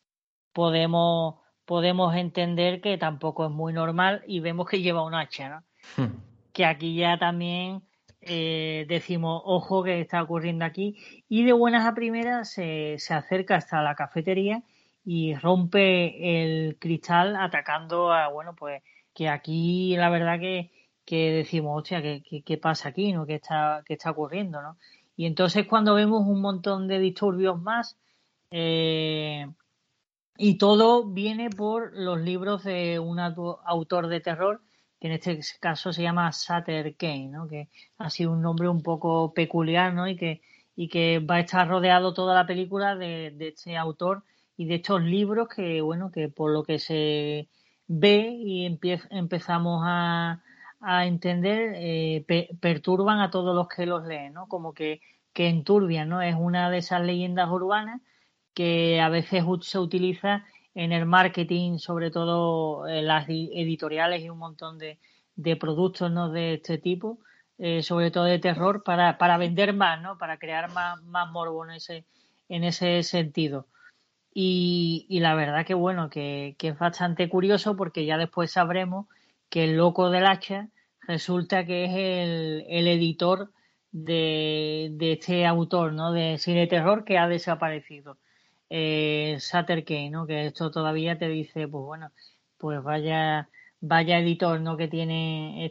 [SPEAKER 5] podemos entender que tampoco es muy normal y vemos que lleva un hacha, ¿no? Que aquí ya también decimos, ojo, que está ocurriendo aquí. Y de buenas a primeras se acerca hasta la cafetería y rompe el cristal atacando a, bueno, pues que aquí la verdad que decimos, hostia, ¿qué pasa aquí, ¿no? ¿Qué está ocurriendo, ¿no? Y entonces cuando vemos un montón de disturbios más, eh, y todo viene por los libros de un autor de terror, que en este caso se llama Sutter Kane, ¿no? Que ha sido un nombre un poco peculiar, ¿no? Y que va a estar rodeado toda la película de este autor y de estos libros que, bueno, que por lo que se ve y empezamos a entender, perturban a todos los que los leen, ¿no? Como que enturbian, ¿no? Es una de esas leyendas urbanas que a veces se utiliza en el marketing, sobre todo en las editoriales y un montón de productos, ¿no? De este tipo, sobre todo de terror, para vender más, ¿no? Para crear más morbo en ese sentido. Y la verdad que bueno, que es bastante curioso porque ya después sabremos que el loco del hacha resulta que es el editor de este autor, ¿no? De cine terror que ha desaparecido. Sutter Kane, ¿no? Que esto todavía te dice, pues bueno, pues vaya editor, ¿no? Que tiene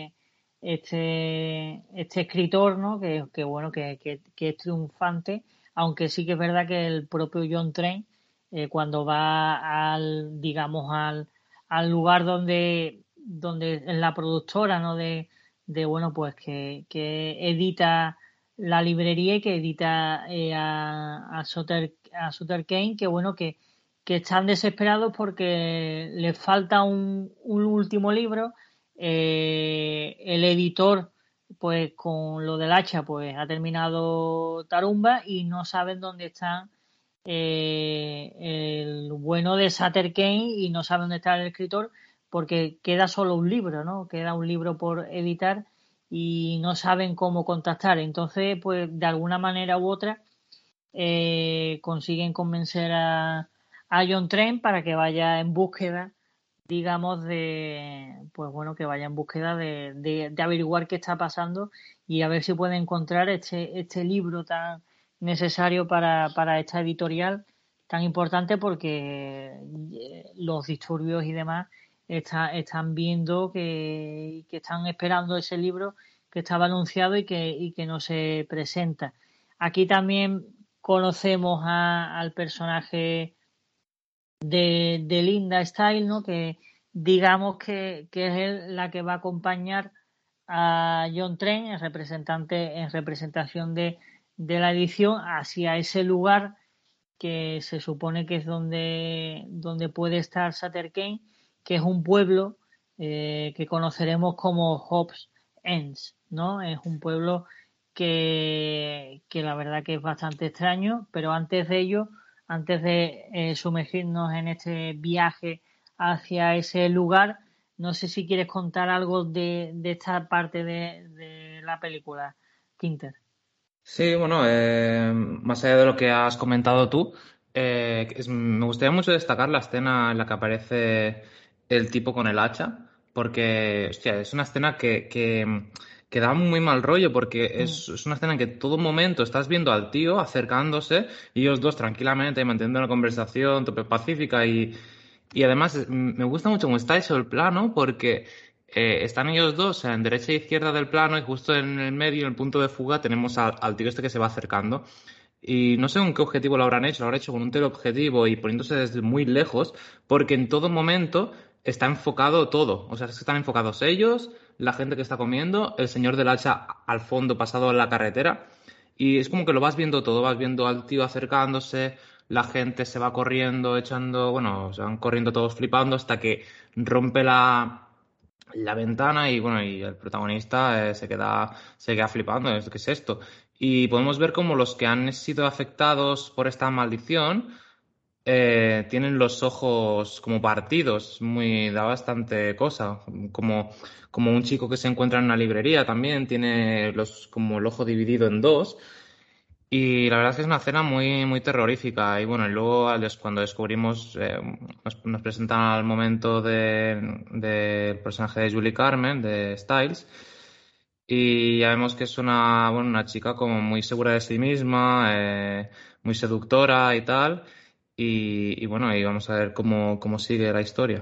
[SPEAKER 5] este escritor, ¿no? Que bueno, que es triunfante, aunque sí que es verdad que el propio John Train, cuando va digamos, al lugar donde es la productora, ¿no? Bueno, pues que edita la librería y que edita a Sutter Kane, que bueno, que están desesperados porque les falta un último libro. El editor, pues con lo del hacha, pues ha terminado tarumba y no saben dónde están el bueno de Sutter Kane y no saben dónde está el escritor porque queda solo un libro, ¿no? Queda un libro por editar y no saben cómo contactar. Entonces, pues de alguna manera u otra consiguen convencer a John Trent para que vaya en búsqueda, digamos, pues bueno, que vaya en búsqueda de averiguar qué está pasando y a ver si puede encontrar este libro tan necesario para esta editorial tan importante porque los disturbios y demás están viendo que están esperando ese libro que estaba anunciado y que no se presenta. Aquí también conocemos al personaje de Linda Style, ¿no? Que digamos que es la que va a acompañar a John Trent en representación de la edición hacia ese lugar que se supone que es donde puede estar Sutter Kane, que es un pueblo que conoceremos como Hobbs Ends, ¿no? Es un pueblo que la verdad que es bastante extraño, pero antes de ello, antes de sumergirnos en este viaje hacia ese lugar, no sé si quieres contar algo de esta parte de la película, Quinter.
[SPEAKER 6] Sí, bueno, más allá de lo que has comentado tú, me gustaría mucho destacar la escena en la que aparece el tipo con el hacha, porque, hostia, es una escena que da muy mal rollo, porque es una escena en que todo momento estás viendo al tío acercándose y ellos dos tranquilamente manteniendo una conversación tope pacífica y además me gusta mucho cómo está hecho el plano, porque están ellos dos en derecha e izquierda del plano y justo en el medio, en el punto de fuga, tenemos al tío este que se va acercando. Y no sé con qué objetivo lo habrán hecho con un teleobjetivo y poniéndose desde muy lejos, porque en todo momento está enfocado todo. O sea, es que están enfocados ellos, la gente que está comiendo, el señor del hacha al fondo pasado en la carretera. Y es como que lo vas viendo todo, vas viendo al tío acercándose, la gente se va corriendo, se van corriendo todos flipando hasta que rompe la ventana y bueno, y el protagonista se queda flipando, ¿qué es esto? Y podemos ver como los que han sido afectados por esta maldición tienen los ojos como partidos, da bastante cosa, como un chico que se encuentra en una librería también, tiene como el ojo dividido en dos. Y la verdad es que es una escena muy, muy terrorífica. Y bueno, y luego cuando descubrimos, nos presentan al momento del personaje de Julie Carmen, de Styles, y ya vemos que es una chica como muy segura de sí misma, muy seductora y tal. Y bueno, y vamos a ver cómo sigue la historia.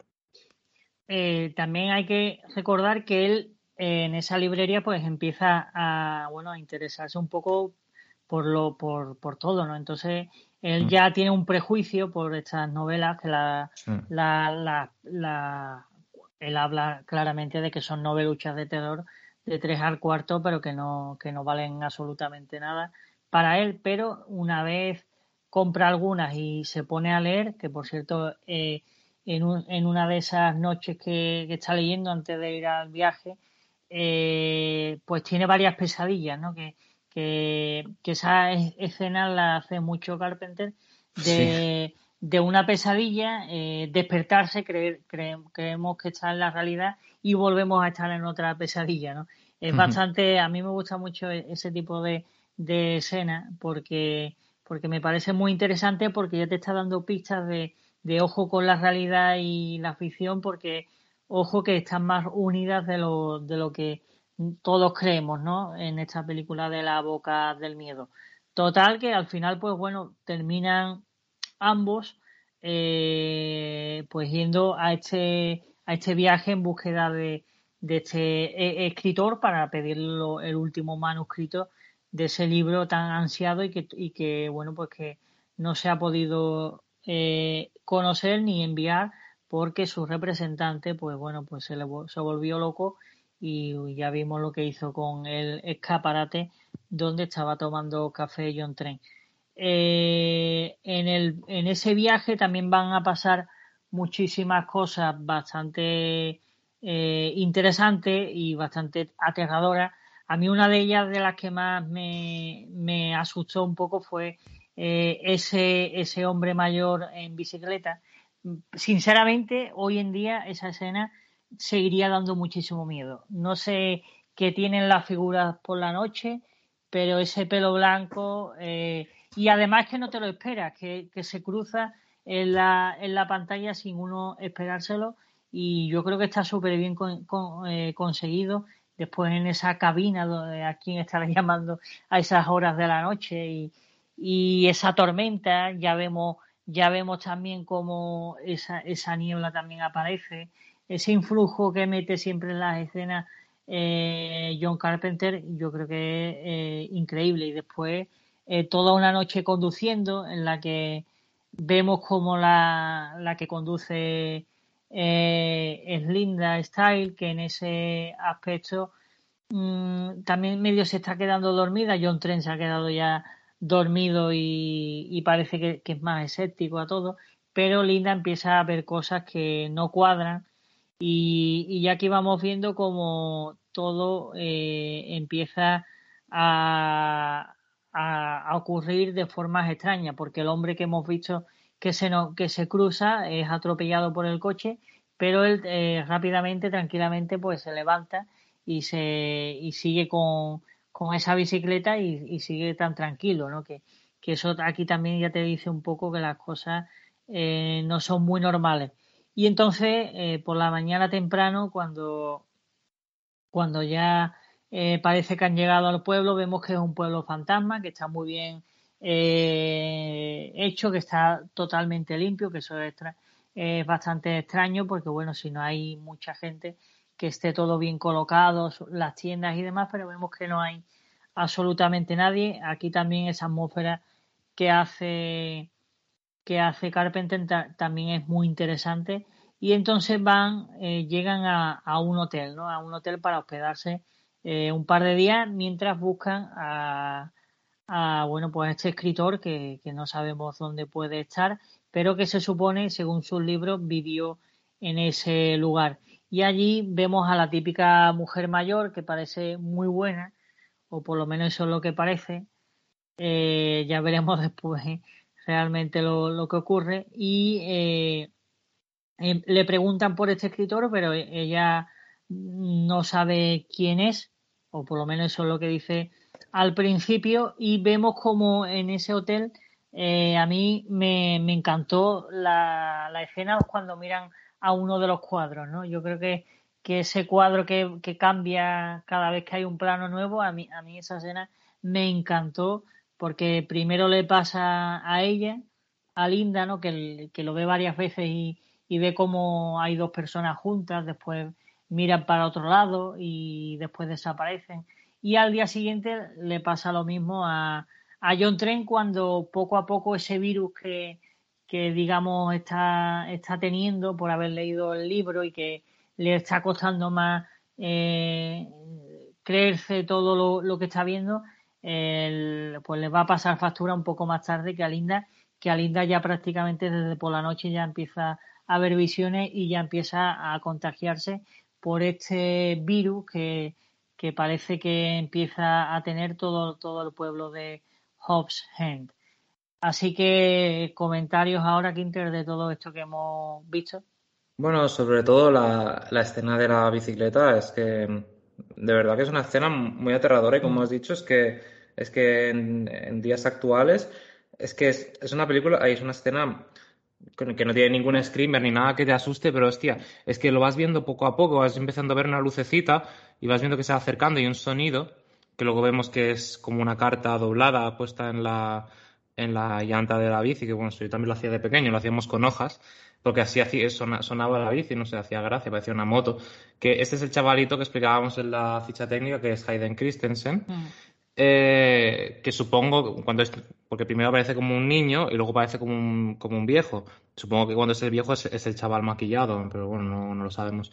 [SPEAKER 5] También hay que recordar que él en esa librería pues empieza a interesarse un poco por todo, ¿no? Entonces él ya tiene un prejuicio por estas novelas que
[SPEAKER 6] Sí.
[SPEAKER 5] él habla claramente de que son noveluchas de terror de 3 al 4, pero que no valen absolutamente nada para él, pero una vez compra algunas y se pone a leer, que por cierto en una de esas noches que está leyendo antes de ir al viaje, pues tiene varias pesadillas, ¿no? Que esa escena la hace mucho Carpenter
[SPEAKER 6] Sí.
[SPEAKER 5] de una pesadilla, despertarse, creemos que está en la realidad y volvemos a estar en otra pesadilla, ¿no? Es bastante, a mí me gusta mucho ese tipo de escena porque me parece muy interesante porque ya te está dando pistas de ojo con la realidad y la ficción porque ojo que están más unidas de lo que todos creemos, ¿no? En esta película de La Boca del Miedo. Total que al final, pues bueno, terminan ambos pues yendo a este viaje en búsqueda de este escritor para pedirle el último manuscrito de ese libro tan ansiado y que bueno, pues que no se ha podido conocer ni enviar porque su representante, pues bueno, pues se volvió loco y ya vimos lo que hizo con el escaparate donde estaba tomando café John Trent. En ese viaje también van a pasar muchísimas cosas bastante interesantes y bastante aterradoras. A mí una de ellas de las que más me asustó un poco fue ese hombre mayor en bicicleta. Sinceramente, hoy en día esa escena seguiría dando muchísimo miedo. No sé qué tienen las figuras por la noche, pero ese pelo blanco y además que no te lo esperas, que se cruza en la pantalla sin uno esperárselo y yo creo que está súper bien conseguido. Después en esa cabina donde a quien estará llamando a esas horas de la noche y esa tormenta, ya vemos también cómo esa niebla también aparece, ese influjo que mete siempre en las escenas John Carpenter, yo creo que es increíble. Y después toda una noche conduciendo en la que vemos como la que conduce es Linda Style, que en ese aspecto también medio se está quedando dormida. John Trent se ha quedado ya dormido y parece que es más escéptico a todo, pero Linda empieza a ver cosas que no cuadran y ya aquí vamos viendo como todo empieza a, a ocurrir de formas extrañas, porque el hombre que hemos visto que se cruza es atropellado por el coche, pero él rápidamente, tranquilamente, pues se levanta y sigue con esa bicicleta y sigue tan tranquilo, ¿no? Que eso aquí también ya te dice un poco que las cosas no son muy normales. Y entonces, por la mañana temprano, cuando ya parece que han llegado al pueblo, vemos que es un pueblo fantasma, que está muy bien hecho, que está totalmente limpio, que eso es bastante extraño, porque bueno, si no hay mucha gente, que esté todo bien colocado, las tiendas y demás, pero vemos que no hay absolutamente nadie. Aquí también esa atmósfera que hace que hace Carpenter también es muy interesante y entonces llegan a un hotel, ¿no? A un hotel para hospedarse un par de días mientras buscan bueno, pues este escritor que no sabemos dónde puede estar, pero que se supone, según sus libros, vivió en ese lugar. Y allí vemos a la típica mujer mayor que parece muy buena, o por lo menos eso es lo que parece. Ya veremos después realmente lo que ocurre. Y le preguntan por este escritor, pero ella no sabe quién es, o por lo menos eso es lo que dice al principio, y vemos como en ese hotel a mí me encantó la escena cuando miran a uno de los cuadros, ¿no? Yo creo que ese cuadro que cambia cada vez que hay un plano nuevo, a mí esa escena me encantó, porque primero le pasa a ella, a Linda, ¿no? Que lo ve varias veces y ve cómo hay dos personas juntas, después miran para otro lado y después desaparecen. Y al día siguiente le pasa lo mismo a John Trent cuando poco a poco ese virus que digamos está teniendo por haber leído el libro y que le está costando más creerse todo lo que está viendo, pues le va a pasar factura un poco más tarde que a Linda ya prácticamente desde por la noche ya empieza a ver visiones y ya empieza a contagiarse por este virus que parece que empieza a tener todo el pueblo de Hobbs End. Así que comentarios ahora, Quinter, de todo esto que hemos visto.
[SPEAKER 6] Bueno, sobre todo la escena de la bicicleta, es que de verdad que es una escena muy aterradora y como has dicho, es que en días actuales es una película, es una escena que no tiene ningún screamer ni nada que te asuste, pero hostia, es que lo vas viendo poco a poco, vas empezando a ver una lucecita y vas viendo que se va acercando y un sonido que luego vemos que es como una carta doblada puesta en la llanta de la bici, que bueno, yo también lo hacía de pequeño, lo hacíamos con hojas, porque así sonaba la bici, no sé, hacía gracia, parecía una moto. Que este es el chavalito que explicábamos en la ficha técnica, que es Hayden Christensen, que supongo, porque primero aparece como un niño y luego parece como un viejo. Supongo que cuando es el viejo es el chaval maquillado, pero bueno, no lo sabemos.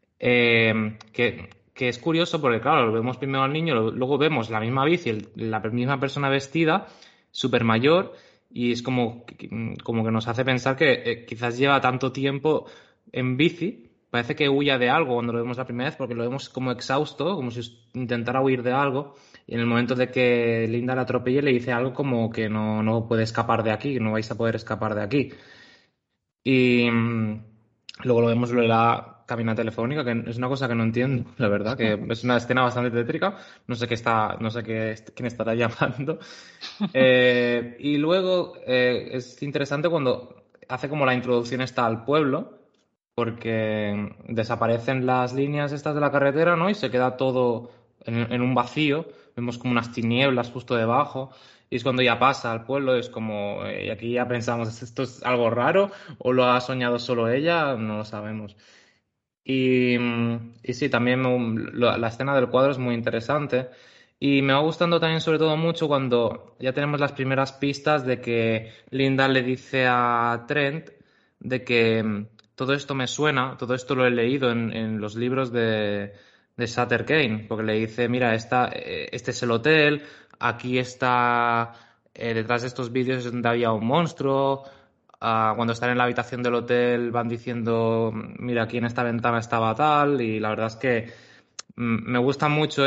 [SPEAKER 6] Que es curioso porque, claro, lo vemos primero al niño, luego vemos la misma bici, la misma persona vestida, súper mayor, y es como que nos hace pensar que quizás lleva tanto tiempo en bici. Parece que huya de algo cuando lo vemos la primera vez, porque lo vemos como exhausto, como si intentara huir de algo. Y en el momento de que Linda la atropelle, le dice algo como que no puede escapar de aquí, que no vais a poder escapar de aquí. Y luego lo vemos lo de la cabina telefónica, que es una cosa que no entiendo, la verdad, que es una escena bastante tétrica. No sé quién estará llamando. Y luego es interesante cuando hace como la introducción esta al pueblo, porque desaparecen las líneas estas de la carretera, ¿no? Y se queda todo en un vacío. Vemos como unas tinieblas justo debajo. Y es cuando ya pasa al pueblo, es como, y aquí ya pensamos, ¿esto es algo raro? ¿O lo ha soñado solo ella? No lo sabemos. Y sí, también la escena del cuadro es muy interesante. Y me va gustando también, sobre todo, mucho cuando ya tenemos las primeras pistas de que Linda le dice a Trent de que todo esto me suena, todo esto lo he leído en los libros de Sutter Kane, porque le dice, mira, este es el hotel, aquí está, detrás de estos vídeos es donde había un monstruo. Cuando están en la habitación del hotel van diciendo, mira, aquí en esta ventana estaba tal, y la verdad es que me gusta mucho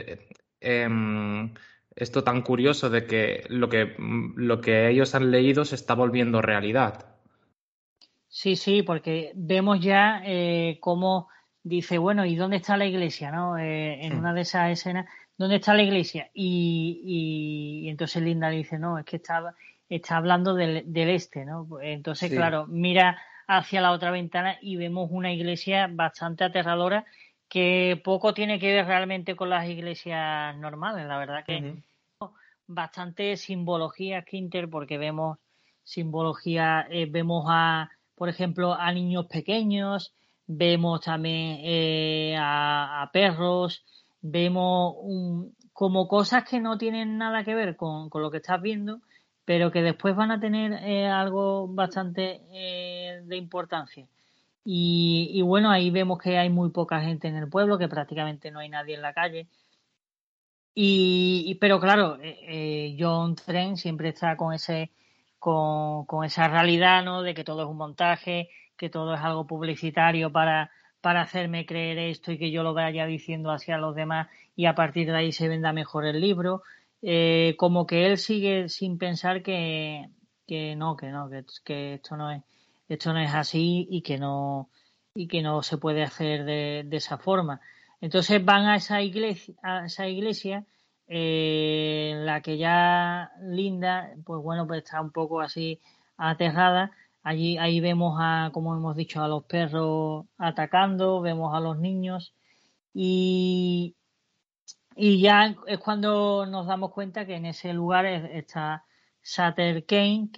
[SPEAKER 6] esto tan curioso de que lo que ellos han leído se está volviendo realidad.
[SPEAKER 5] Sí, sí, porque vemos ya cómo dice, bueno, ¿y dónde está la iglesia? ¿No? En una de esas escenas, ¿dónde está la iglesia? Y entonces Linda le dice, no, es que está hablando del este, ¿no? Entonces,
[SPEAKER 6] Sí.
[SPEAKER 5] claro, mira hacia la otra ventana y vemos una iglesia bastante aterradora que poco tiene que ver realmente con las iglesias normales, la verdad que
[SPEAKER 6] Ujú.
[SPEAKER 5] bastante simbología, Quinter, porque vemos simbología, vemos por ejemplo, a niños pequeños, vemos también a perros, vemos como cosas que no tienen nada que ver con lo que estás viendo, pero que después van a tener algo bastante de importancia. Y bueno, ahí vemos que hay muy poca gente en el pueblo, que prácticamente no hay nadie en la calle. Pero claro, John Trent siempre está con esa realidad, ¿no? De que todo es un montaje, que todo es algo publicitario para hacerme creer esto y que yo lo vaya diciendo hacia los demás y a partir de ahí se venda mejor el libro. Como que él sigue sin pensar que esto no es así y que no se puede hacer de esa forma. Entonces van a esa iglesia en la que ya Linda, pues bueno, pues está un poco así aterrada. Ahí vemos como hemos dicho, a los perros atacando, vemos a los niños y ya es cuando nos damos cuenta que en ese lugar está Sutter Kane,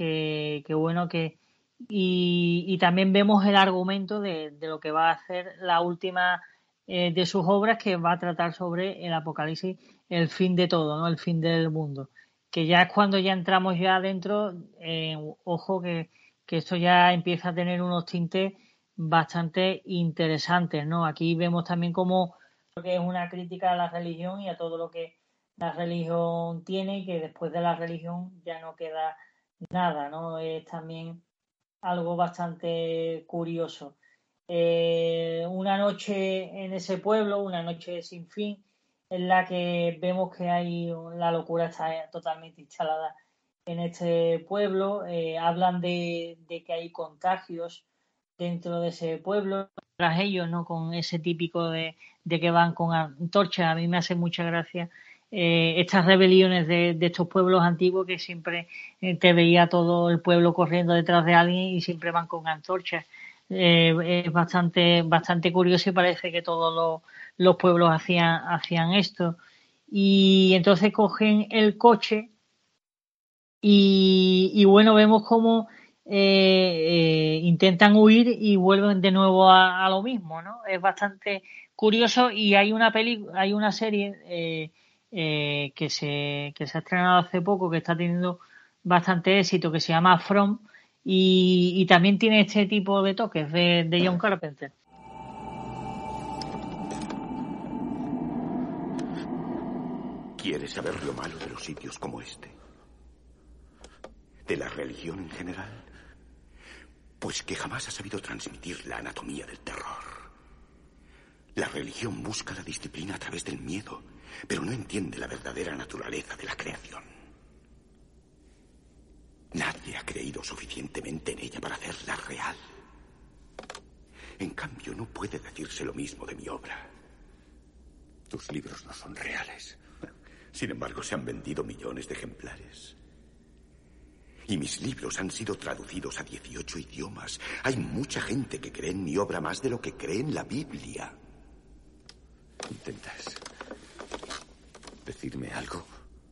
[SPEAKER 5] y también vemos el argumento de lo que va a hacer la última de sus obras, que va a tratar sobre el apocalipsis, el fin de todo, ¿no? El fin del mundo, que ya es cuando ya entramos ya adentro. Ojo que esto ya empieza a tener unos tintes bastante interesantes, ¿no? Aquí vemos también como que es una crítica a la religión y a todo lo que la religión tiene, y que después de la religión ya no queda nada, ¿no? Es también algo bastante curioso. Una noche en ese pueblo, una noche sin fin, en la que vemos que la locura está totalmente instalada en este pueblo. Hablan de que hay contagios dentro de ese pueblo, tras ellos, ¿no? Con ese típico de que van con antorchas. A mí me hace mucha gracia estas rebeliones de estos pueblos antiguos, que siempre te veía todo el pueblo corriendo detrás de alguien y siempre van con antorchas. Es bastante curioso, y parece que todos los pueblos hacían esto. Y entonces cogen el coche y bueno, vemos cómo intentan huir y vuelven de nuevo a lo mismo, ¿no? Es bastante curioso. Y hay una serie que se ha estrenado hace poco, que está teniendo bastante éxito, que se llama From, y también tiene este tipo de toques de John Carpenter.
[SPEAKER 8] ¿Quieres saber lo malo de los sitios como este? ¿De la religión en general? Pues que jamás ha sabido transmitir la anatomía del terror. La religión busca la disciplina a través del miedo, pero no entiende la verdadera naturaleza de la creación. Nadie ha creído suficientemente en ella para hacerla real. En cambio, no puede decirse lo mismo de mi obra.
[SPEAKER 3] Tus libros no son reales.
[SPEAKER 8] Sin embargo, se han vendido millones de ejemplares. Y mis libros han sido traducidos a 18 idiomas. Hay mucha gente que cree en mi obra más de lo que cree en la Biblia.
[SPEAKER 3] ¿Intentas decirme algo?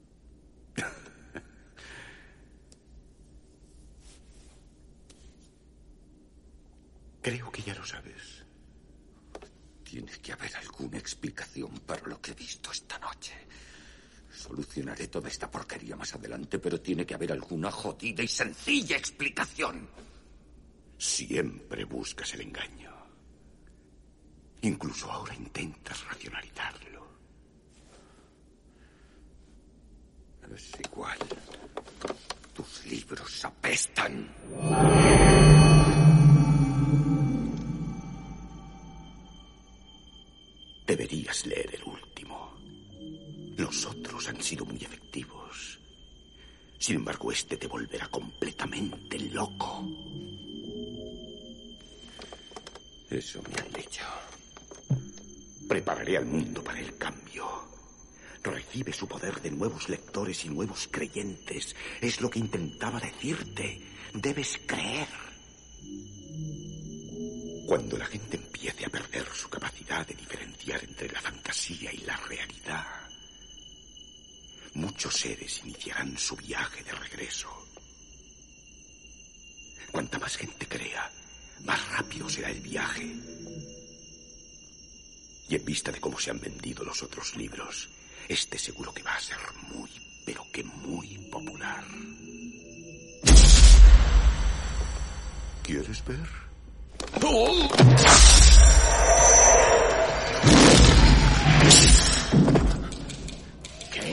[SPEAKER 8] Creo que ya lo sabes.
[SPEAKER 3] Tiene que haber alguna explicación para lo que he visto esta noche. Solucionaré toda esta porquería más adelante, pero tiene que haber alguna jodida y sencilla explicación.
[SPEAKER 8] Siempre buscas el engaño. Incluso ahora intentas racionalizarlo.
[SPEAKER 3] Es igual. Tus libros apestan.
[SPEAKER 8] Deberías leer el último. Los otros han sido muy efectivos. Sin embargo, este te volverá completamente loco.
[SPEAKER 3] Eso me han dicho.
[SPEAKER 8] Prepararé al mundo para el cambio. Recibe su poder de nuevos lectores y nuevos creyentes. Es lo que intentaba decirte. Debes creer. Cuando la gente empiece a perder su capacidad de diferenciar entre la fantasía y la realidad, muchos seres iniciarán su viaje de regreso. Cuanta más gente crea, más rápido será el viaje. Y en vista de cómo se han vendido los otros libros, este seguro que va a ser muy, pero que muy popular. ¿Quieres ver? ¿Qué?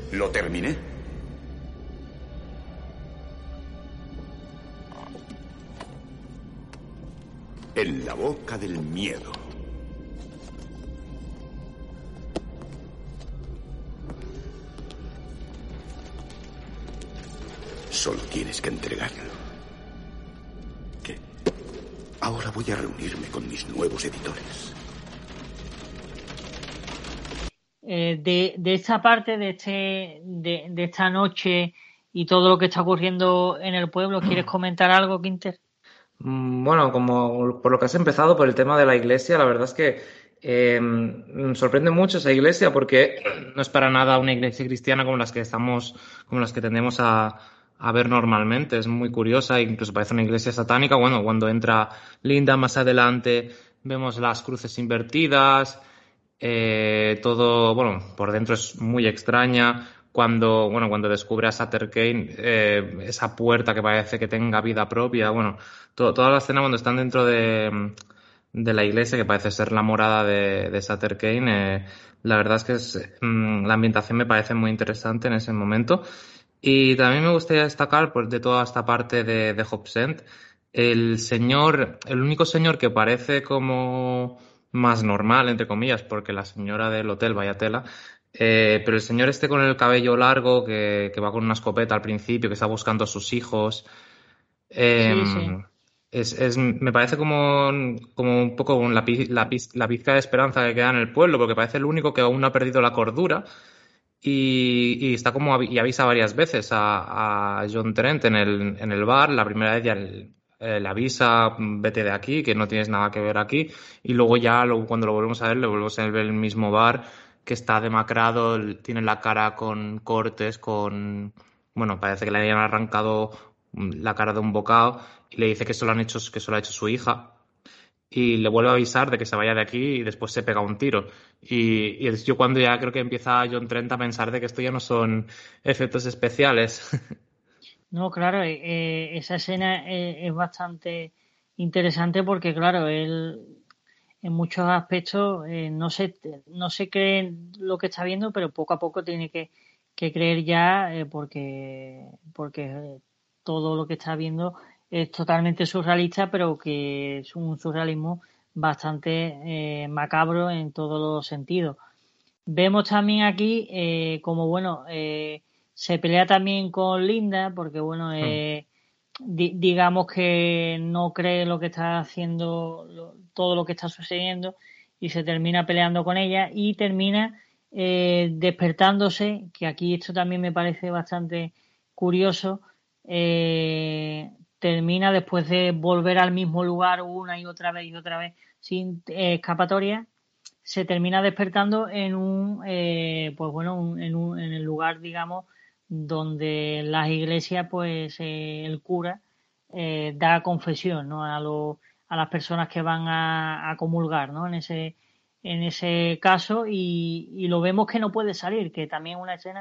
[SPEAKER 8] Lo terminé. En la boca del miedo. Solo tienes que entregarlo. ¿Qué? Ahora voy a reunirme con mis nuevos editores.
[SPEAKER 5] De esta parte, de esta noche y todo lo que está ocurriendo en el pueblo, ¿quieres comentar algo, Quinter?
[SPEAKER 6] Bueno, como por lo que has empezado, por el tema de la iglesia, la verdad es que me sorprende mucho esa iglesia porque no es para nada una iglesia cristiana como las que tendemos a ver normalmente. Es muy curiosa, incluso parece una iglesia satánica. Bueno, cuando entra Linda más adelante, vemos las cruces invertidas, todo, bueno, por dentro es muy extraña. Cuando descubre a Sutter Kane, esa puerta que parece que tenga vida propia, bueno, toda la escena cuando están dentro de la iglesia, que parece ser la morada de Sutter Kane, la verdad es que la ambientación me parece muy interesante en ese momento. Y también me gustaría destacar, pues, de toda esta parte de Hobsent, el único señor que parece como más normal, entre comillas, porque la señora del hotel, vaya tela, pero el señor este con el cabello largo, que va con una escopeta al principio, que está buscando a sus hijos,
[SPEAKER 5] Sí.
[SPEAKER 6] me parece como un poco la pizca de esperanza que queda en el pueblo, porque parece el único que aún no ha perdido la cordura y está como y avisa varias veces a John Trent en el bar. La primera vez ya le avisa, vete de aquí, que no tienes nada que ver aquí, y luego ya cuando lo volvemos a ver, lo volvemos a ver en el mismo bar, que está demacrado, tiene la cara con cortes, bueno, parece que le hayan arrancado la cara de un bocado, y le dice que eso lo ha hecho su hija, y le vuelve a avisar de que se vaya de aquí y después se pega un tiro. Y es yo cuando ya creo que empieza John Trent a pensar de que esto ya no son efectos especiales.
[SPEAKER 5] No, claro, esa escena es bastante interesante porque, claro, él en muchos aspectos no se cree lo que está viendo, pero poco a poco tiene que creer ya porque todo lo que está viendo es totalmente surrealista, pero que es un surrealismo bastante macabro en todos los sentidos. Vemos también aquí como, bueno, se pelea también con Linda porque, bueno, digamos que no cree lo que está haciendo, todo lo que está sucediendo, y se termina peleando con ella y termina despertándose, que aquí esto también me parece bastante curioso. Termina después de volver al mismo lugar una y otra vez sin escapatoria, se termina despertando en en el lugar, digamos, donde las iglesias, pues el cura da confesión, ¿no? A las personas que van a comulgar, ¿no? En ese caso, y lo vemos que no puede salir, que también es una escena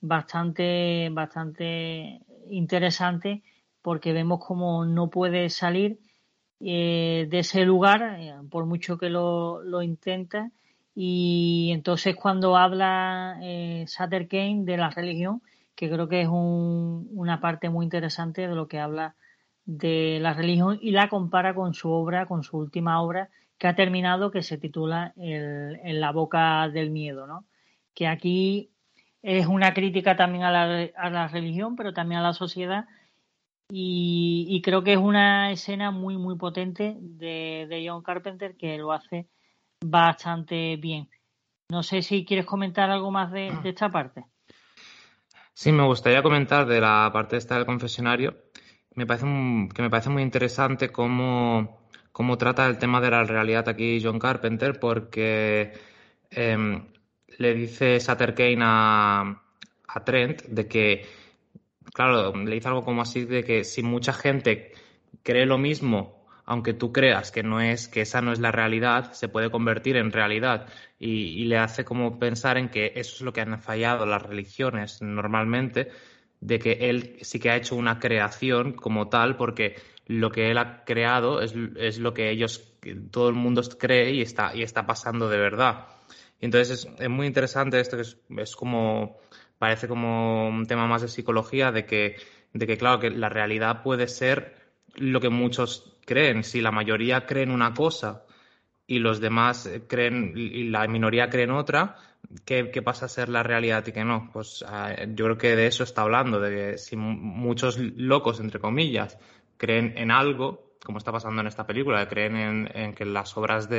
[SPEAKER 5] bastante interesante, porque vemos como no puede salir de ese lugar, por mucho que lo intenta. Y entonces cuando habla Sutter Kane de la religión, que creo que es una parte muy interesante de lo que habla de la religión, y la compara con su obra, con su última obra que ha terminado, que se titula En la boca del miedo, ¿no? Que aquí es una crítica también a la religión, pero también a la sociedad, y creo que es una escena muy potente de John Carpenter, que lo hace bastante bien. No sé si quieres comentar algo más de esta parte.
[SPEAKER 6] Sí, me gustaría comentar de la parte esta del confesionario. Me parece muy interesante cómo trata el tema de la realidad aquí John Carpenter, porque le dice Sutter Kane a Trent de que, claro, le dice algo como así de que si mucha gente cree lo mismo, aunque tú creas que esa no es la realidad, se puede convertir en realidad, y le hace como pensar en que eso es lo que han fallado las religiones normalmente, de que él sí que ha hecho una creación como tal, porque lo que él ha creado es lo que todo el mundo cree y está pasando de verdad. Y entonces es muy interesante esto, que es como parece como un tema más de psicología, de que claro, que la realidad puede ser lo que muchos creen. Si la mayoría creen una cosa y los demás creen, y la minoría creen otra, ¿qué pasa a ser la realidad y qué no? Pues yo creo que de eso está hablando, de que si muchos locos, entre comillas, creen en algo, como está pasando en esta película, que creen en que las obras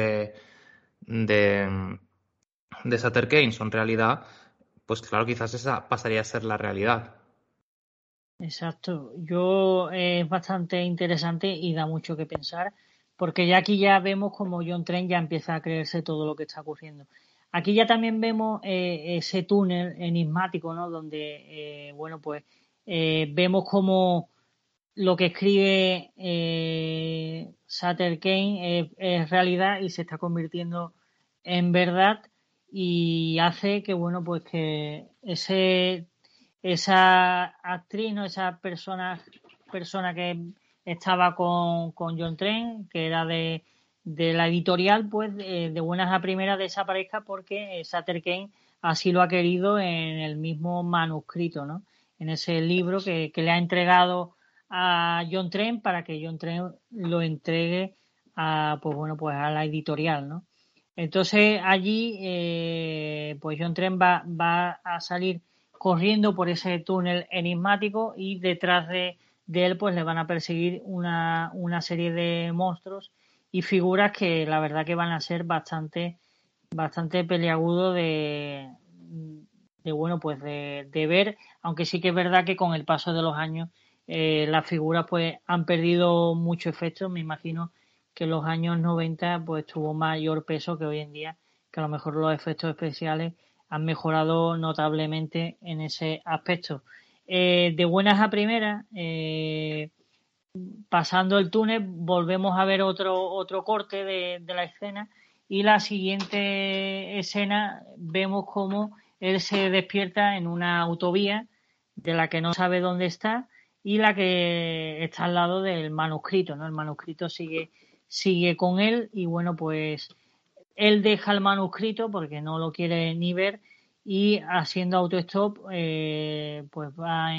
[SPEAKER 6] de Sutter Kane son realidad, pues claro, quizás esa pasaría a ser la realidad.
[SPEAKER 5] Exacto. Es bastante interesante y da mucho que pensar, porque ya aquí ya vemos como John Trent ya empieza a creerse todo lo que está ocurriendo. Aquí ya también vemos ese túnel enigmático, ¿no? Donde, bueno, pues vemos como lo que escribe Sutter Kane es realidad y se está convirtiendo en verdad y hace que, bueno, pues que esa actriz, ¿no? Esa persona que estaba con John Trent, que era de la editorial, pues de buenas a primeras desaparezca porque Sutter Kane así lo ha querido en el mismo manuscrito, ¿no? En ese libro que le ha entregado a John Trent para que John Trent lo entregue a, pues bueno, pues a la editorial, ¿no? Entonces allí, pues John Trent va a salir corriendo por ese túnel enigmático y detrás de él pues le van a perseguir una serie de monstruos y figuras que la verdad que van a ser bastante peliagudo de bueno pues de ver, aunque sí que es verdad que con el paso de los años las figuras pues han perdido mucho efecto. Me imagino que en los años 90 pues tuvo mayor peso que hoy en día, que a lo mejor los efectos especiales han mejorado notablemente en ese aspecto. De buenas a primeras, pasando el túnel, volvemos a ver otro corte de la escena y la siguiente escena vemos cómo él se despierta en una autovía de la que no sabe dónde está y la que está al lado del manuscrito, ¿no? El manuscrito sigue con él y bueno, pues él deja el manuscrito porque no lo quiere ni ver y haciendo autostop pues va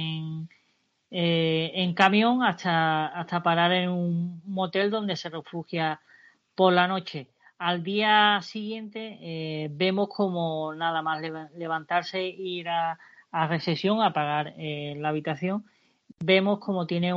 [SPEAKER 5] en camión hasta parar en un motel donde se refugia por la noche. Al día siguiente vemos como nada más levantarse e ir a recepción a pagar la habitación, vemos como tiene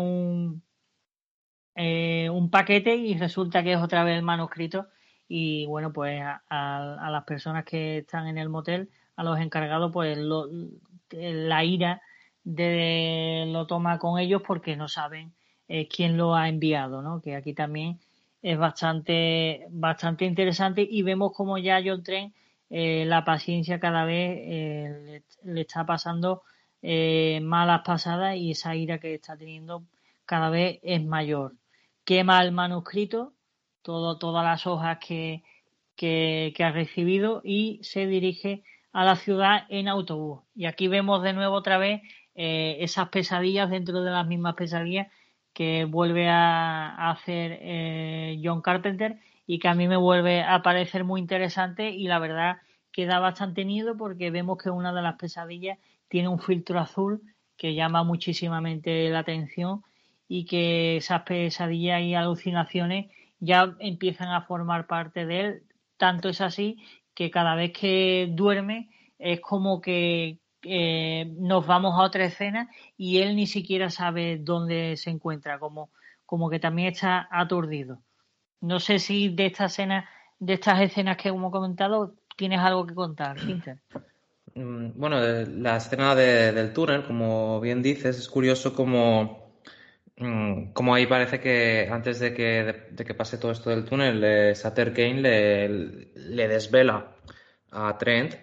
[SPEAKER 5] un paquete y resulta que es otra vez el manuscrito y bueno pues a las personas que están en el motel, a los encargados pues la ira lo toma con ellos porque no saben quién lo ha enviado, ¿no? Que aquí también es bastante interesante y vemos como ya John Trent la paciencia cada vez le está pasando malas pasadas y esa ira que está teniendo cada vez es mayor. Quema el manuscrito, todas las hojas que ha recibido y se dirige a la ciudad en autobús. Y aquí vemos de nuevo otra vez esas pesadillas dentro de las mismas pesadillas que vuelve a hacer John Carpenter y que a mí me vuelve a parecer muy interesante y la verdad que da bastante miedo porque vemos que una de las pesadillas tiene un filtro azul que llama muchísimamente la atención y que esas pesadillas y alucinaciones ya empiezan a formar parte de él. Tanto es así que cada vez que duerme es como que nos vamos a otra escena y él ni siquiera sabe dónde se encuentra, como que también está aturdido. No sé si de estas escenas que hemos comentado tienes algo que contar, Quinter.
[SPEAKER 6] Bueno, la escena del túnel, como bien dices, es curioso como ahí parece que antes de que pase todo esto del túnel, Sutter Kane le desvela a Trent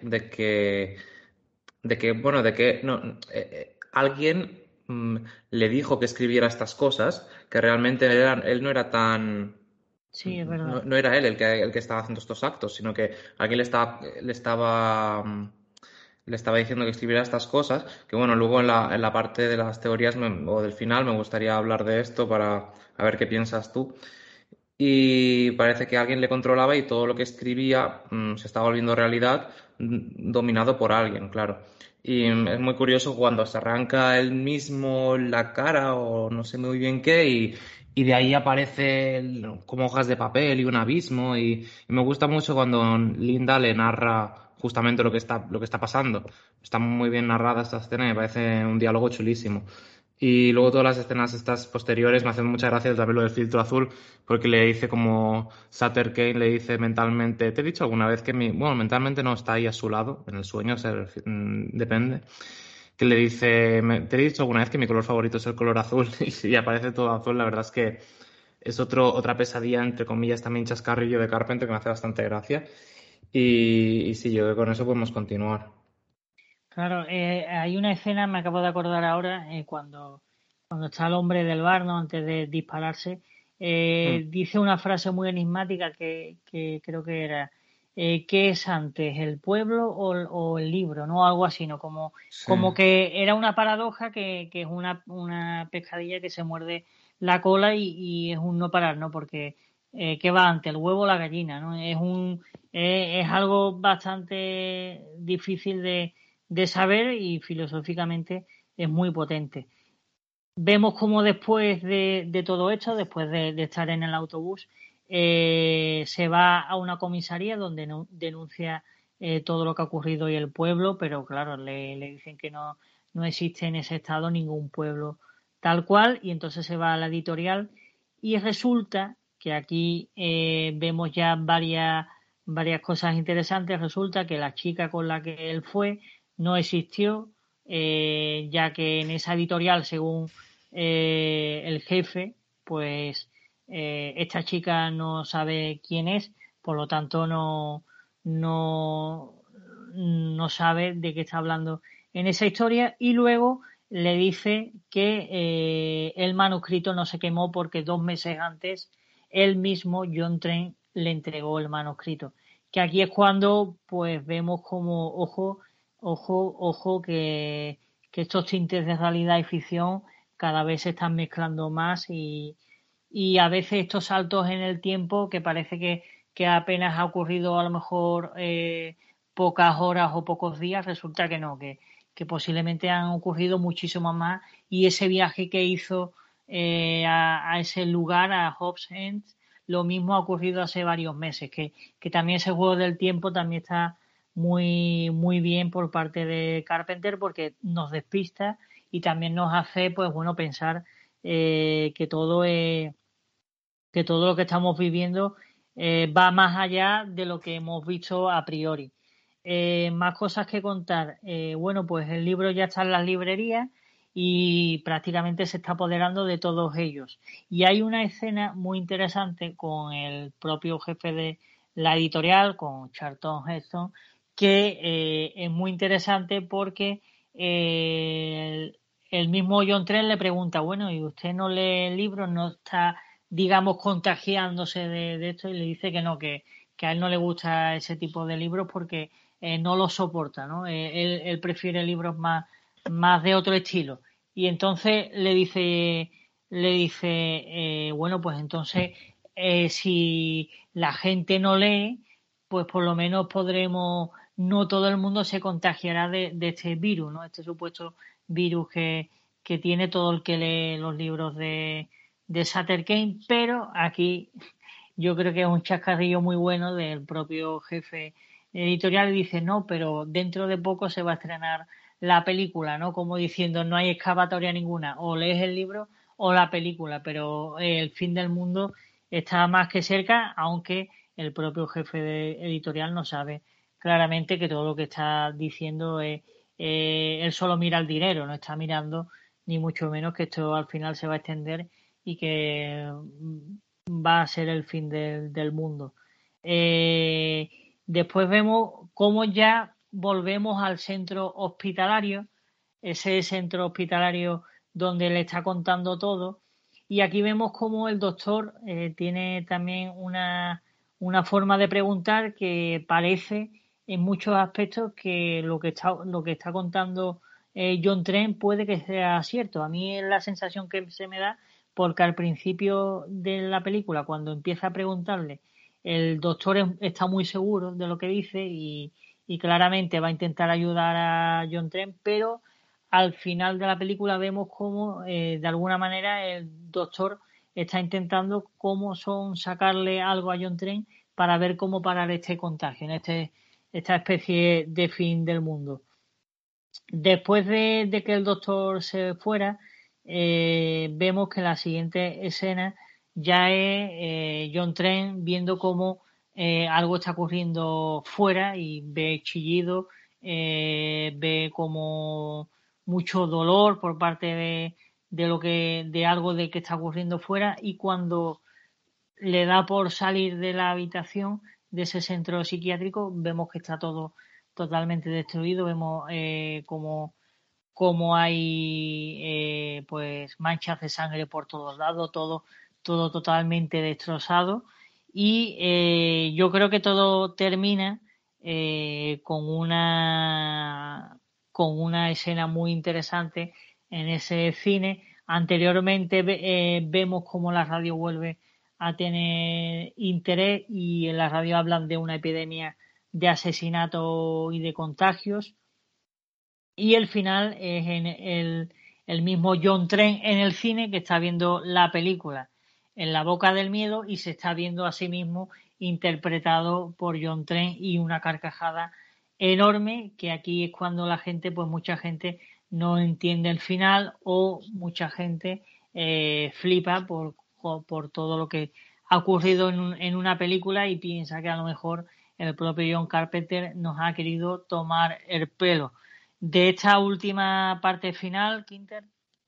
[SPEAKER 6] alguien le dijo que escribiera estas cosas, que realmente él no era tan...
[SPEAKER 5] Sí, es verdad.
[SPEAKER 6] No era él el que estaba haciendo estos actos, sino que alguien le estaba diciendo que escribiera estas cosas, que bueno, luego en la parte de las teorías o del final me gustaría hablar de esto para a ver qué piensas tú. y parece que alguien le controlaba y todo lo que escribía se estaba volviendo realidad, dominado por alguien, claro. Y es muy curioso cuando se arranca él mismo la cara o no sé muy bien qué y de ahí aparece como hojas de papel y un abismo y me gusta mucho cuando Linda le narra justamente lo que está pasando. Está muy bien narrada esta escena y me parece un diálogo chulísimo. Y luego todas las escenas estas posteriores me hacen mucha gracia también lo del filtro azul, porque le dice como Sutter Kane le dice mentalmente, te he dicho alguna vez que bueno, mentalmente no está ahí a su lado, en el sueño depende, que le dice, te he dicho alguna vez que mi color favorito es el color azul y aparece todo azul, la verdad es que es otra pesadilla, entre comillas, también chascarrillo de Carpenter que me hace bastante gracia. Y sí, yo creo que con eso podemos continuar.
[SPEAKER 5] Claro, hay una escena, me acabo de acordar ahora, cuando está el hombre del bar, ¿no? Antes de dispararse, dice una frase muy enigmática que creo que era, ¿qué es antes, el pueblo o el libro? ¿No? Algo así, ¿no?
[SPEAKER 6] Sí.
[SPEAKER 5] Como que era una paradoja que es una pescadilla que se muerde la cola y es un no parar, ¿no? Porque, ¿qué va antes, el huevo o la gallina? ¿No? Es algo bastante difícil de saber y filosóficamente es muy potente. Vemos como después de todo esto, después de estar en el autobús, se va a una comisaría donde denuncia todo lo que ha ocurrido y el pueblo, pero claro, le dicen que no existe en ese estado ningún pueblo tal cual y entonces se va a la editorial y resulta que aquí vemos ya varias cosas interesantes. Resulta que la chica con la que él fue no existió, ya que en esa editorial, según el jefe, pues esta chica no sabe quién es, por lo tanto no, no sabe de qué está hablando en esa historia y luego le dice que el manuscrito no se quemó porque 2 meses antes él mismo, John Trent, le entregó el manuscrito. Que aquí es cuando pues vemos como, ojo, que estos tintes de realidad y ficción cada vez se están mezclando más y a veces estos saltos en el tiempo que parece que apenas ha ocurrido a lo mejor pocas horas o pocos días, resulta que no, que posiblemente han ocurrido muchísimo más y ese viaje que hizo a ese lugar, a Hobbs End, lo mismo ha ocurrido hace varios meses, que también ese juego del tiempo también está muy bien por parte de Carpenter porque nos despista y también nos hace, pues bueno, pensar que que todo lo que estamos viviendo va más allá de lo que hemos visto a priori. Más cosas que contar. Bueno, pues el libro ya está en las librerías y prácticamente se está apoderando de todos ellos. Y hay una escena muy interesante con el propio jefe de la editorial, con Charlton Heston, que es muy interesante porque el mismo John Trent le pregunta, bueno, ¿y usted no lee libros? ¿No está, digamos, contagiándose de esto? Y le dice que no, que a él no le gusta ese tipo de libros porque no lo soporta, ¿no? Él prefiere libros más de otro estilo. Y entonces bueno, pues entonces si la gente no lee, pues por lo menos podremos, no todo el mundo se contagiará de este virus, ¿no? Este supuesto virus que tiene todo el que lee los libros de Sutter Kane, pero aquí yo creo que es un chascarrillo muy bueno del propio jefe editorial y dice, no, pero dentro de poco se va a estrenar la película, ¿no? Como diciendo, no hay escapatoria ninguna, o lees el libro o la película, pero el fin del mundo está más que cerca, aunque el propio jefe editorial no sabe claramente que todo lo que está diciendo es, él solo mira el dinero, no está mirando ni mucho menos que esto al final se va a extender y que va a ser el fin del mundo. Después vemos cómo ya volvemos al centro hospitalario, ese centro hospitalario donde le está contando todo. Y aquí vemos cómo el doctor tiene también una forma de preguntar que parece en muchos aspectos que lo que está contando John Trent puede que sea cierto. A mí es la sensación que se me da porque al principio de la película, cuando empieza a preguntarle, el doctor está muy seguro de lo que dice y claramente va a intentar ayudar a John Trent, pero al final de la película vemos cómo de alguna manera el doctor está intentando sacarle algo a John Trent para ver cómo parar este contagio, esta especie de fin del mundo. Después de que el doctor se fuera, vemos que la siguiente escena ya es John Trent viendo cómo algo está ocurriendo fuera y ve chillido, ve como mucho dolor por parte de algo de que está ocurriendo fuera, y cuando le da por salir de la habitación de ese centro psiquiátrico, vemos que está todo totalmente destruido, vemos como hay pues manchas de sangre por todos lados, todo totalmente destrozado, y yo creo que todo termina con una escena muy interesante en ese cine. Anteriormente vemos cómo la radio vuelve a tener interés y en la radio hablan de una epidemia de asesinato y de contagios, y el final es en el mismo John Trent en el cine, que está viendo la película En la boca del miedo y se está viendo a sí mismo interpretado por John Trent, y una carcajada enorme, que aquí es cuando la gente, pues mucha gente no entiende el final, o mucha gente flipa por todo lo que ha ocurrido en una película y piensa que a lo mejor el propio John Carpenter nos ha querido tomar el pelo. De esta última parte final, Quinter.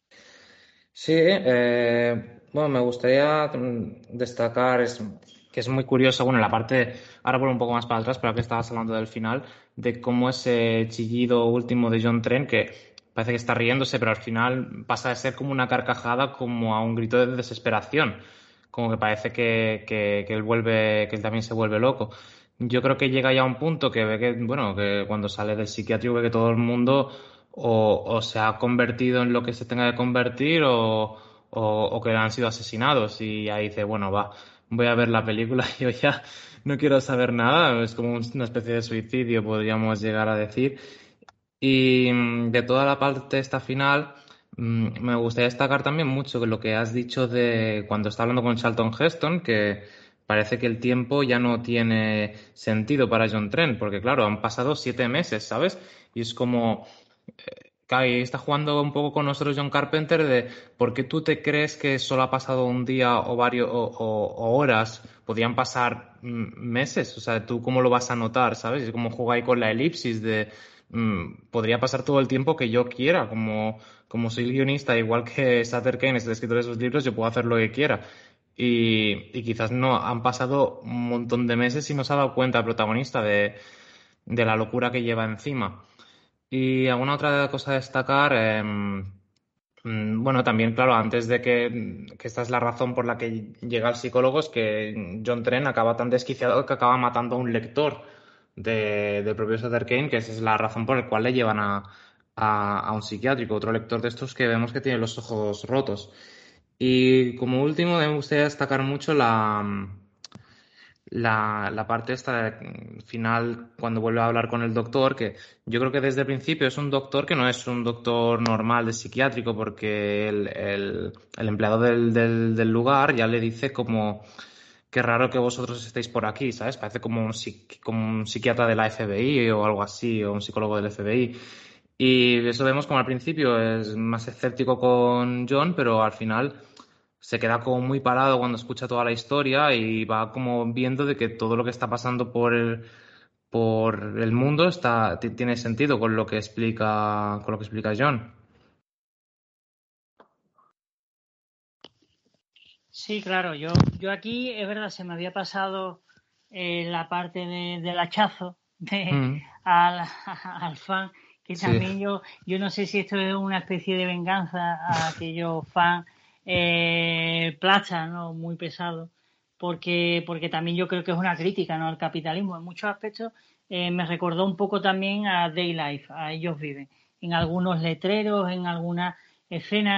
[SPEAKER 6] Sí, bueno, me gustaría destacar que es muy curioso, bueno, la parte, ahora vuelvo un poco más para atrás, pero que estabas hablando del final, de cómo ese chillido último de John Trent, que parece que está riéndose, pero al final pasa de ser como una carcajada, como a un grito de desesperación, como que parece que él también se vuelve loco. Yo creo que llega ya a un punto que ve que, bueno, que cuando sale del psiquiátrico ve que todo el mundo o se ha convertido en lo que se tenga que convertir o que han sido asesinados, y ahí dice, bueno, voy a ver la película, yo ya no quiero saber nada, es como una especie de suicidio, podríamos llegar a decir. Y de toda la parte esta final, me gustaría destacar también mucho que lo que has dicho de cuando está hablando con Charlton Heston, que parece que el tiempo ya no tiene sentido para John Trent, porque claro, han pasado 7 meses, ¿sabes? Y es como que ahí está jugando un poco con nosotros John Carpenter de por qué tú te crees que solo ha pasado un día o varios o horas, podían pasar meses, o sea, tú cómo lo vas a notar, ¿sabes? Es como juega ahí con la elipsis de podría pasar todo el tiempo que yo quiera, como soy el guionista, igual que Sutter Kane es el escritor de esos libros, yo puedo hacer lo que quiera. Y quizás no han pasado un montón de meses y no se ha dado cuenta el protagonista de la locura que lleva encima. Y alguna otra cosa a destacar, bueno, también, claro, antes de que esta es la razón por la que llega al psicólogo, es que John Trent acaba tan desquiciado que acaba matando a un lector del propio Sutter Kane, que esa es la razón por la cual le llevan a un psiquiátrico, otro lector de estos que vemos que tiene los ojos rotos. Y como último, me gustaría destacar mucho la parte esta final cuando vuelve a hablar con el doctor, que yo creo que desde el principio es un doctor que no es un doctor normal de psiquiátrico, porque el empleado del lugar ya le dice como qué raro que vosotros estéis por aquí, ¿sabes? Parece como como un psiquiatra de la FBI o algo así, o un psicólogo del FBI. Y eso vemos como al principio es más escéptico con John, pero al final se queda como muy parado cuando escucha toda la historia y va como viendo de que todo lo que está pasando por el mundo tiene sentido con lo que explica John.
[SPEAKER 5] Sí, claro, yo aquí, es verdad, se me había pasado la parte del hachazo al fan, que
[SPEAKER 6] Sí.
[SPEAKER 5] también yo no sé si esto es una especie de venganza a aquellos fans plata, ¿no? Muy pesado, porque también yo creo que es una crítica, ¿no? Al capitalismo. En muchos aspectos me recordó un poco también a Day Life, a Ellos Viven, en algunos letreros, en algunas escenas.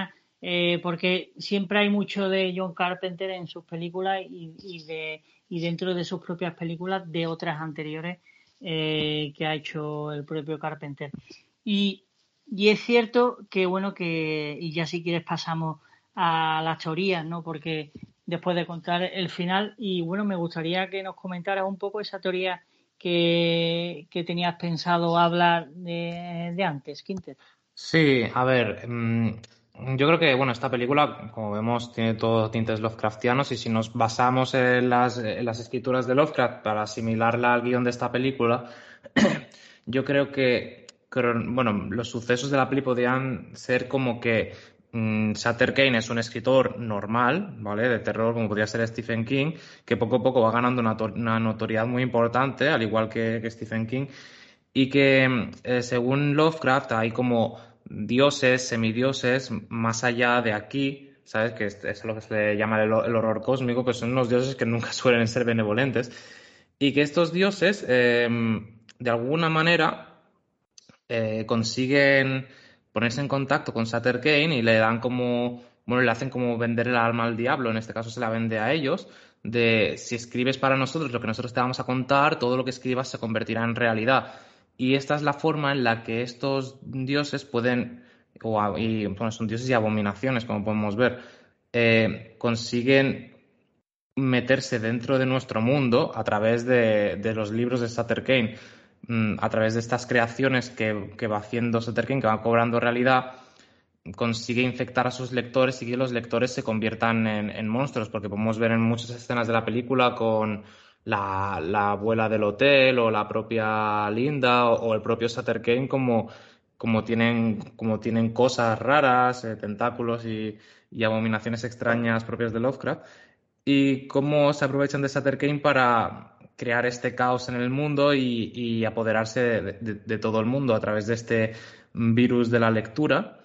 [SPEAKER 5] porque siempre hay mucho de John Carpenter en sus películas y dentro de sus propias películas de otras anteriores que ha hecho el propio Carpenter. Y es cierto que, bueno, y ya si quieres pasamos a las teorías, ¿no? Porque después de contar el final, y bueno, me gustaría que nos comentaras un poco esa teoría que tenías pensado hablar de antes, Quintet.
[SPEAKER 6] Sí, a ver, yo creo que, bueno, esta película, como vemos, tiene todos tintes Lovecraftianos y si nos basamos en las escrituras de Lovecraft para asimilarla al guión de esta película, yo creo que, bueno, los sucesos de la peli podrían ser como que Sutter Kane es un escritor normal, ¿vale? De terror, como podría ser Stephen King, que poco a poco va ganando una notoriedad muy importante, al igual que Stephen King, y que según Lovecraft hay como dioses, semidioses, más allá de aquí, ¿sabes? Que es lo que se le llama el horror cósmico, que son unos dioses que nunca suelen ser benevolentes, y que estos dioses, de alguna manera, consiguen ponerse en contacto con Sutter Kane y le dan como, bueno, le hacen como vender el alma al diablo, en este caso se la vende a ellos, de si escribes para nosotros lo que nosotros te vamos a contar, todo lo que escribas se convertirá en realidad. Y esta es la forma en la que estos dioses pueden, bueno, son dioses y abominaciones, como podemos ver, consiguen meterse dentro de nuestro mundo a través de los libros de Sutter Kane, a través de estas creaciones que va haciendo Sutter Kane, que va cobrando realidad, consigue infectar a sus lectores y que los lectores se conviertan en monstruos, porque podemos ver en muchas escenas de la película con la abuela del hotel o la propia Linda o el propio Sutter Kane como tienen cosas raras, tentáculos y abominaciones extrañas propias de Lovecraft, y cómo se aprovechan de Sutter Kane para crear este caos en el mundo y apoderarse de todo el mundo a través de este virus de la lectura.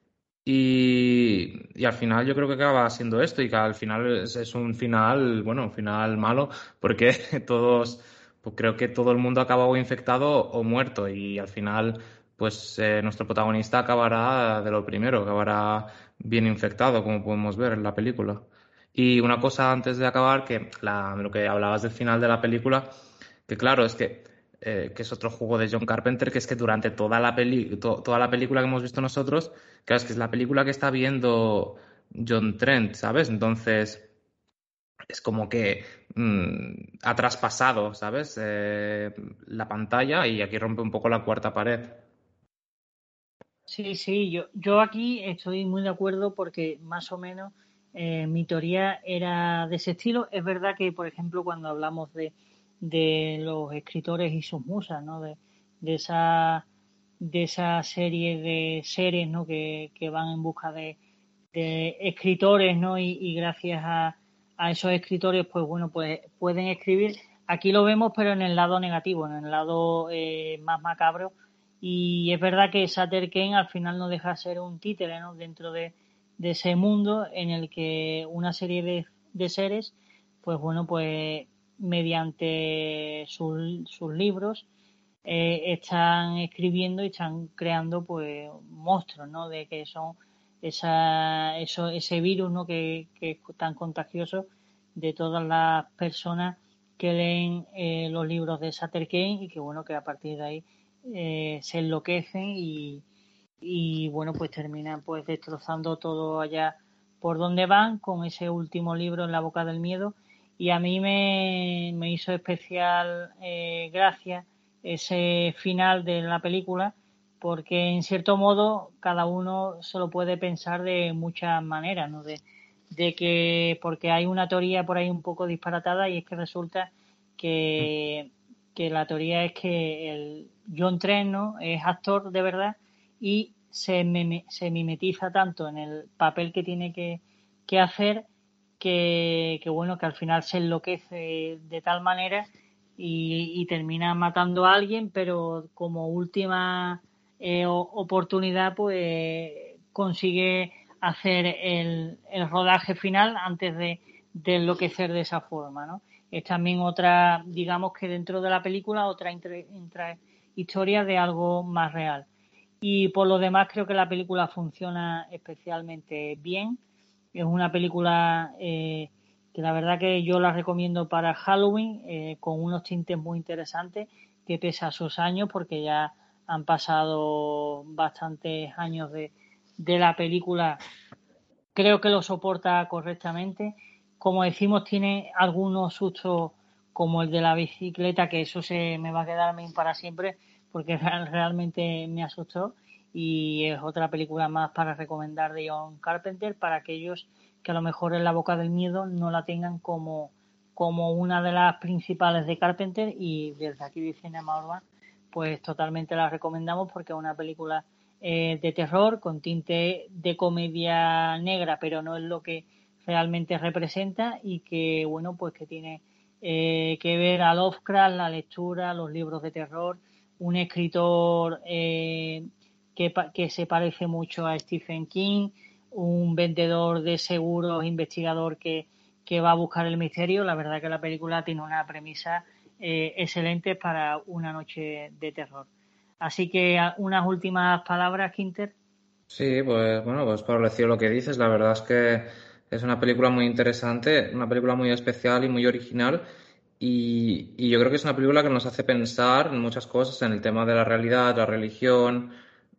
[SPEAKER 6] Y al final yo creo que acaba siendo esto y que al final es un final, bueno, un final malo porque pues creo que todo el mundo acaba o infectado o muerto y al final pues nuestro protagonista acabará de lo primero, acabará bien infectado como podemos ver en la película. Y una cosa antes de acabar, lo que hablabas del final de la película, que claro, es que es otro juego de John Carpenter, que es que durante toda toda la película que hemos visto nosotros, claro, es que es la película que está viendo John Trent, ¿sabes? Entonces, es como que ha traspasado, ¿sabes? La pantalla y aquí rompe un poco la cuarta pared.
[SPEAKER 5] Sí, sí, yo aquí estoy muy de acuerdo porque más o menos mi teoría era de ese estilo. Es verdad que, por ejemplo, cuando hablamos de los escritores y sus musas, ¿no? De esa serie de seres, ¿no? Que van en busca de escritores, ¿no? Y gracias a esos escritores, pues bueno, pues pueden escribir. Aquí lo vemos, pero en el lado negativo, en el lado más macabro. Y es verdad que Sutter Kane al final no deja de ser un títere, ¿no? Dentro de ese mundo en el que una serie de seres, pues bueno, pues mediante sus libros están escribiendo y están creando pues monstruos, ¿no? De que son ese virus, ¿no? Que es tan contagioso de todas las personas que leen los libros de Sutter Kane y que bueno, que a partir de ahí se enloquecen y bueno, pues terminan pues destrozando todo allá por donde van con ese último libro, En la boca del miedo. Y a mí me hizo especial gracia ese final de la película porque en cierto modo cada uno se lo puede pensar de muchas maneras, ¿no? De que porque hay una teoría por ahí un poco disparatada y es que resulta que la teoría es que el John Trent, ¿no? Es actor de verdad y se mimetiza tanto en el papel que tiene que hacer que bueno, que al final se enloquece de tal manera y termina matando a alguien, pero como última oportunidad pues consigue hacer el rodaje final antes de enloquecer de esa forma, ¿no? Es también otra, digamos que dentro de la película, otra historia de algo más real. Y por lo demás creo que la película funciona especialmente bien. Es una película que la verdad que yo la recomiendo para Halloween, con unos tintes muy interesantes, que pese a sus años, porque ya han pasado bastantes años de la película, creo que lo soporta correctamente. Como decimos, tiene algunos sustos como el de la bicicleta, que eso se me va a quedar para siempre, porque realmente me asustó, y es otra película más para recomendar de John Carpenter, para aquellos que a lo mejor en La Boca del Miedo no la tengan como una de las principales de Carpenter, y desde aquí de Cinema Urban pues totalmente la recomendamos, porque es una película de terror con tinte de comedia negra, pero no es lo que realmente representa, y que bueno, pues que tiene que ver a Lovecraft, la lectura, los libros de terror, un escritor que se parece mucho a Stephen King, un vendedor de seguros, investigador que va a buscar el misterio. La verdad que la película tiene una premisa excelente para una noche de terror. Así que unas últimas palabras, Quinter.
[SPEAKER 6] Sí, pues bueno, pues por decir lo que dices, la verdad es que es una película muy interesante, una película muy especial y muy original, y yo creo que es una película que nos hace pensar en muchas cosas, en el tema de la realidad, la religión,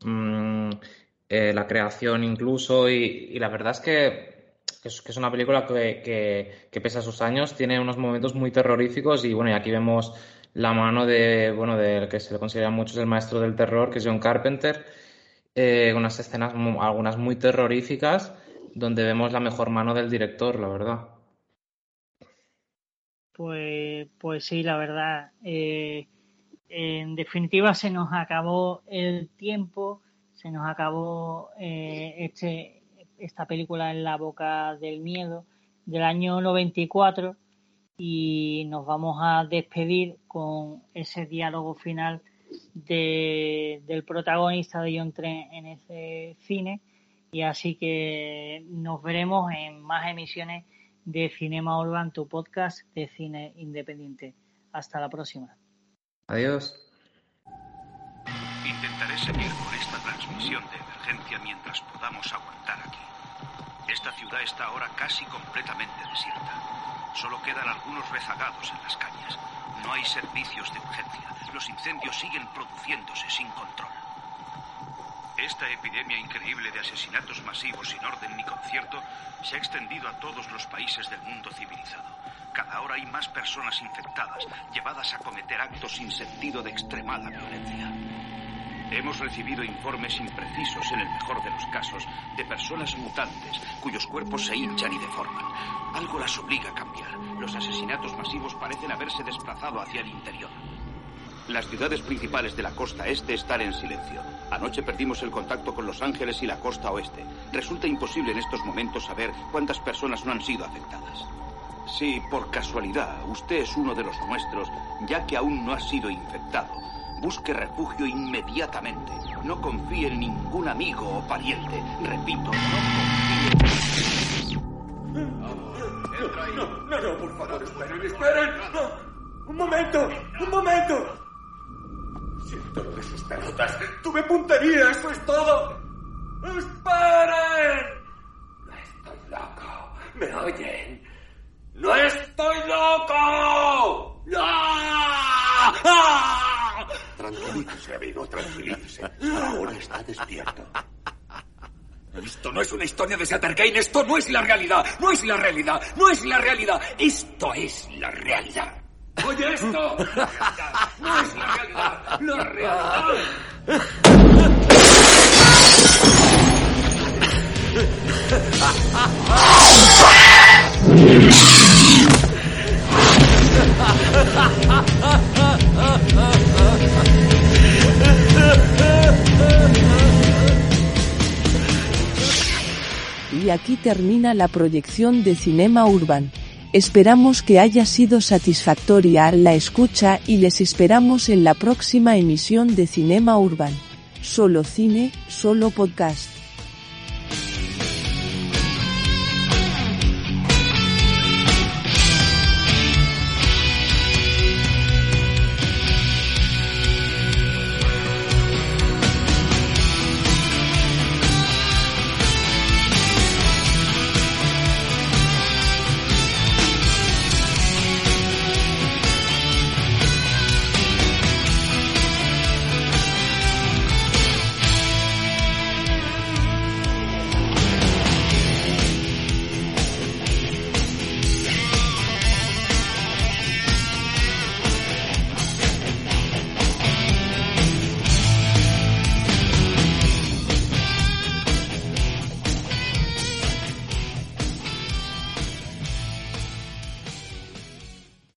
[SPEAKER 6] la creación incluso, y la verdad es que es una película que pese a sus años tiene unos momentos muy terroríficos, y bueno, y aquí vemos la mano del que se le considera muchos el maestro del terror, que es John Carpenter, con unas escenas algunas muy terroríficas, donde vemos la mejor mano del director, la verdad.
[SPEAKER 5] Pues sí, la verdad. En definitiva, se nos acabó el tiempo, se nos acabó esta película En la Boca del Miedo del año 94, y nos vamos a despedir con ese diálogo final del protagonista de John Trent en ese cine. Y así que nos veremos en más emisiones de Cinema Urban, tu podcast de cine independiente. Hasta la próxima.
[SPEAKER 6] Adiós.
[SPEAKER 8] Intentaré seguir con esta transmisión de emergencia mientras podamos aguantar aquí. Esta ciudad está ahora casi completamente desierta. Solo quedan algunos rezagados en las calles. No hay servicios de urgencia. Los incendios siguen produciéndose sin control. Esta epidemia increíble de asesinatos masivos sin orden ni concierto se ha extendido a todos los países del mundo civilizado. Cada hora hay más personas infectadas, llevadas a cometer actos sin sentido de extremada violencia. Hemos recibido informes imprecisos, en el mejor de los casos, de personas mutantes cuyos cuerpos se hinchan y deforman. Algo las obliga a cambiar. Los asesinatos masivos parecen haberse desplazado hacia el interior. Las ciudades principales de la costa este están en silencio. Anoche perdimos el contacto con Los Ángeles y la costa oeste. Resulta imposible en estos momentos saber cuántas personas no han sido afectadas. Si por casualidad usted es uno de los nuestros, ya que aún no ha sido infectado, busque refugio inmediatamente. No confíe en ningún amigo o pariente. Repito, no confíe.
[SPEAKER 9] No, por favor, esperen. No. Un momento. Siento lo de sus pelotas. Tuve puntería, eso es todo. ¡Esperen! No estoy loco. ¿Me oyen? ¡No estoy loco! ¡Ah!
[SPEAKER 8] Tranquilícese, amigo, tranquilícese. Ahora está despierto.
[SPEAKER 9] Esto no es una historia de Sutter Kane. Esto no es la realidad. Esto es la realidad. Oye esto. No es la realidad. La realidad.
[SPEAKER 1] Y aquí termina la proyección de Cinema Urban. Esperamos que haya sido satisfactoria la escucha y les esperamos en la próxima emisión de Cinema Urban. Solo cine, solo podcast.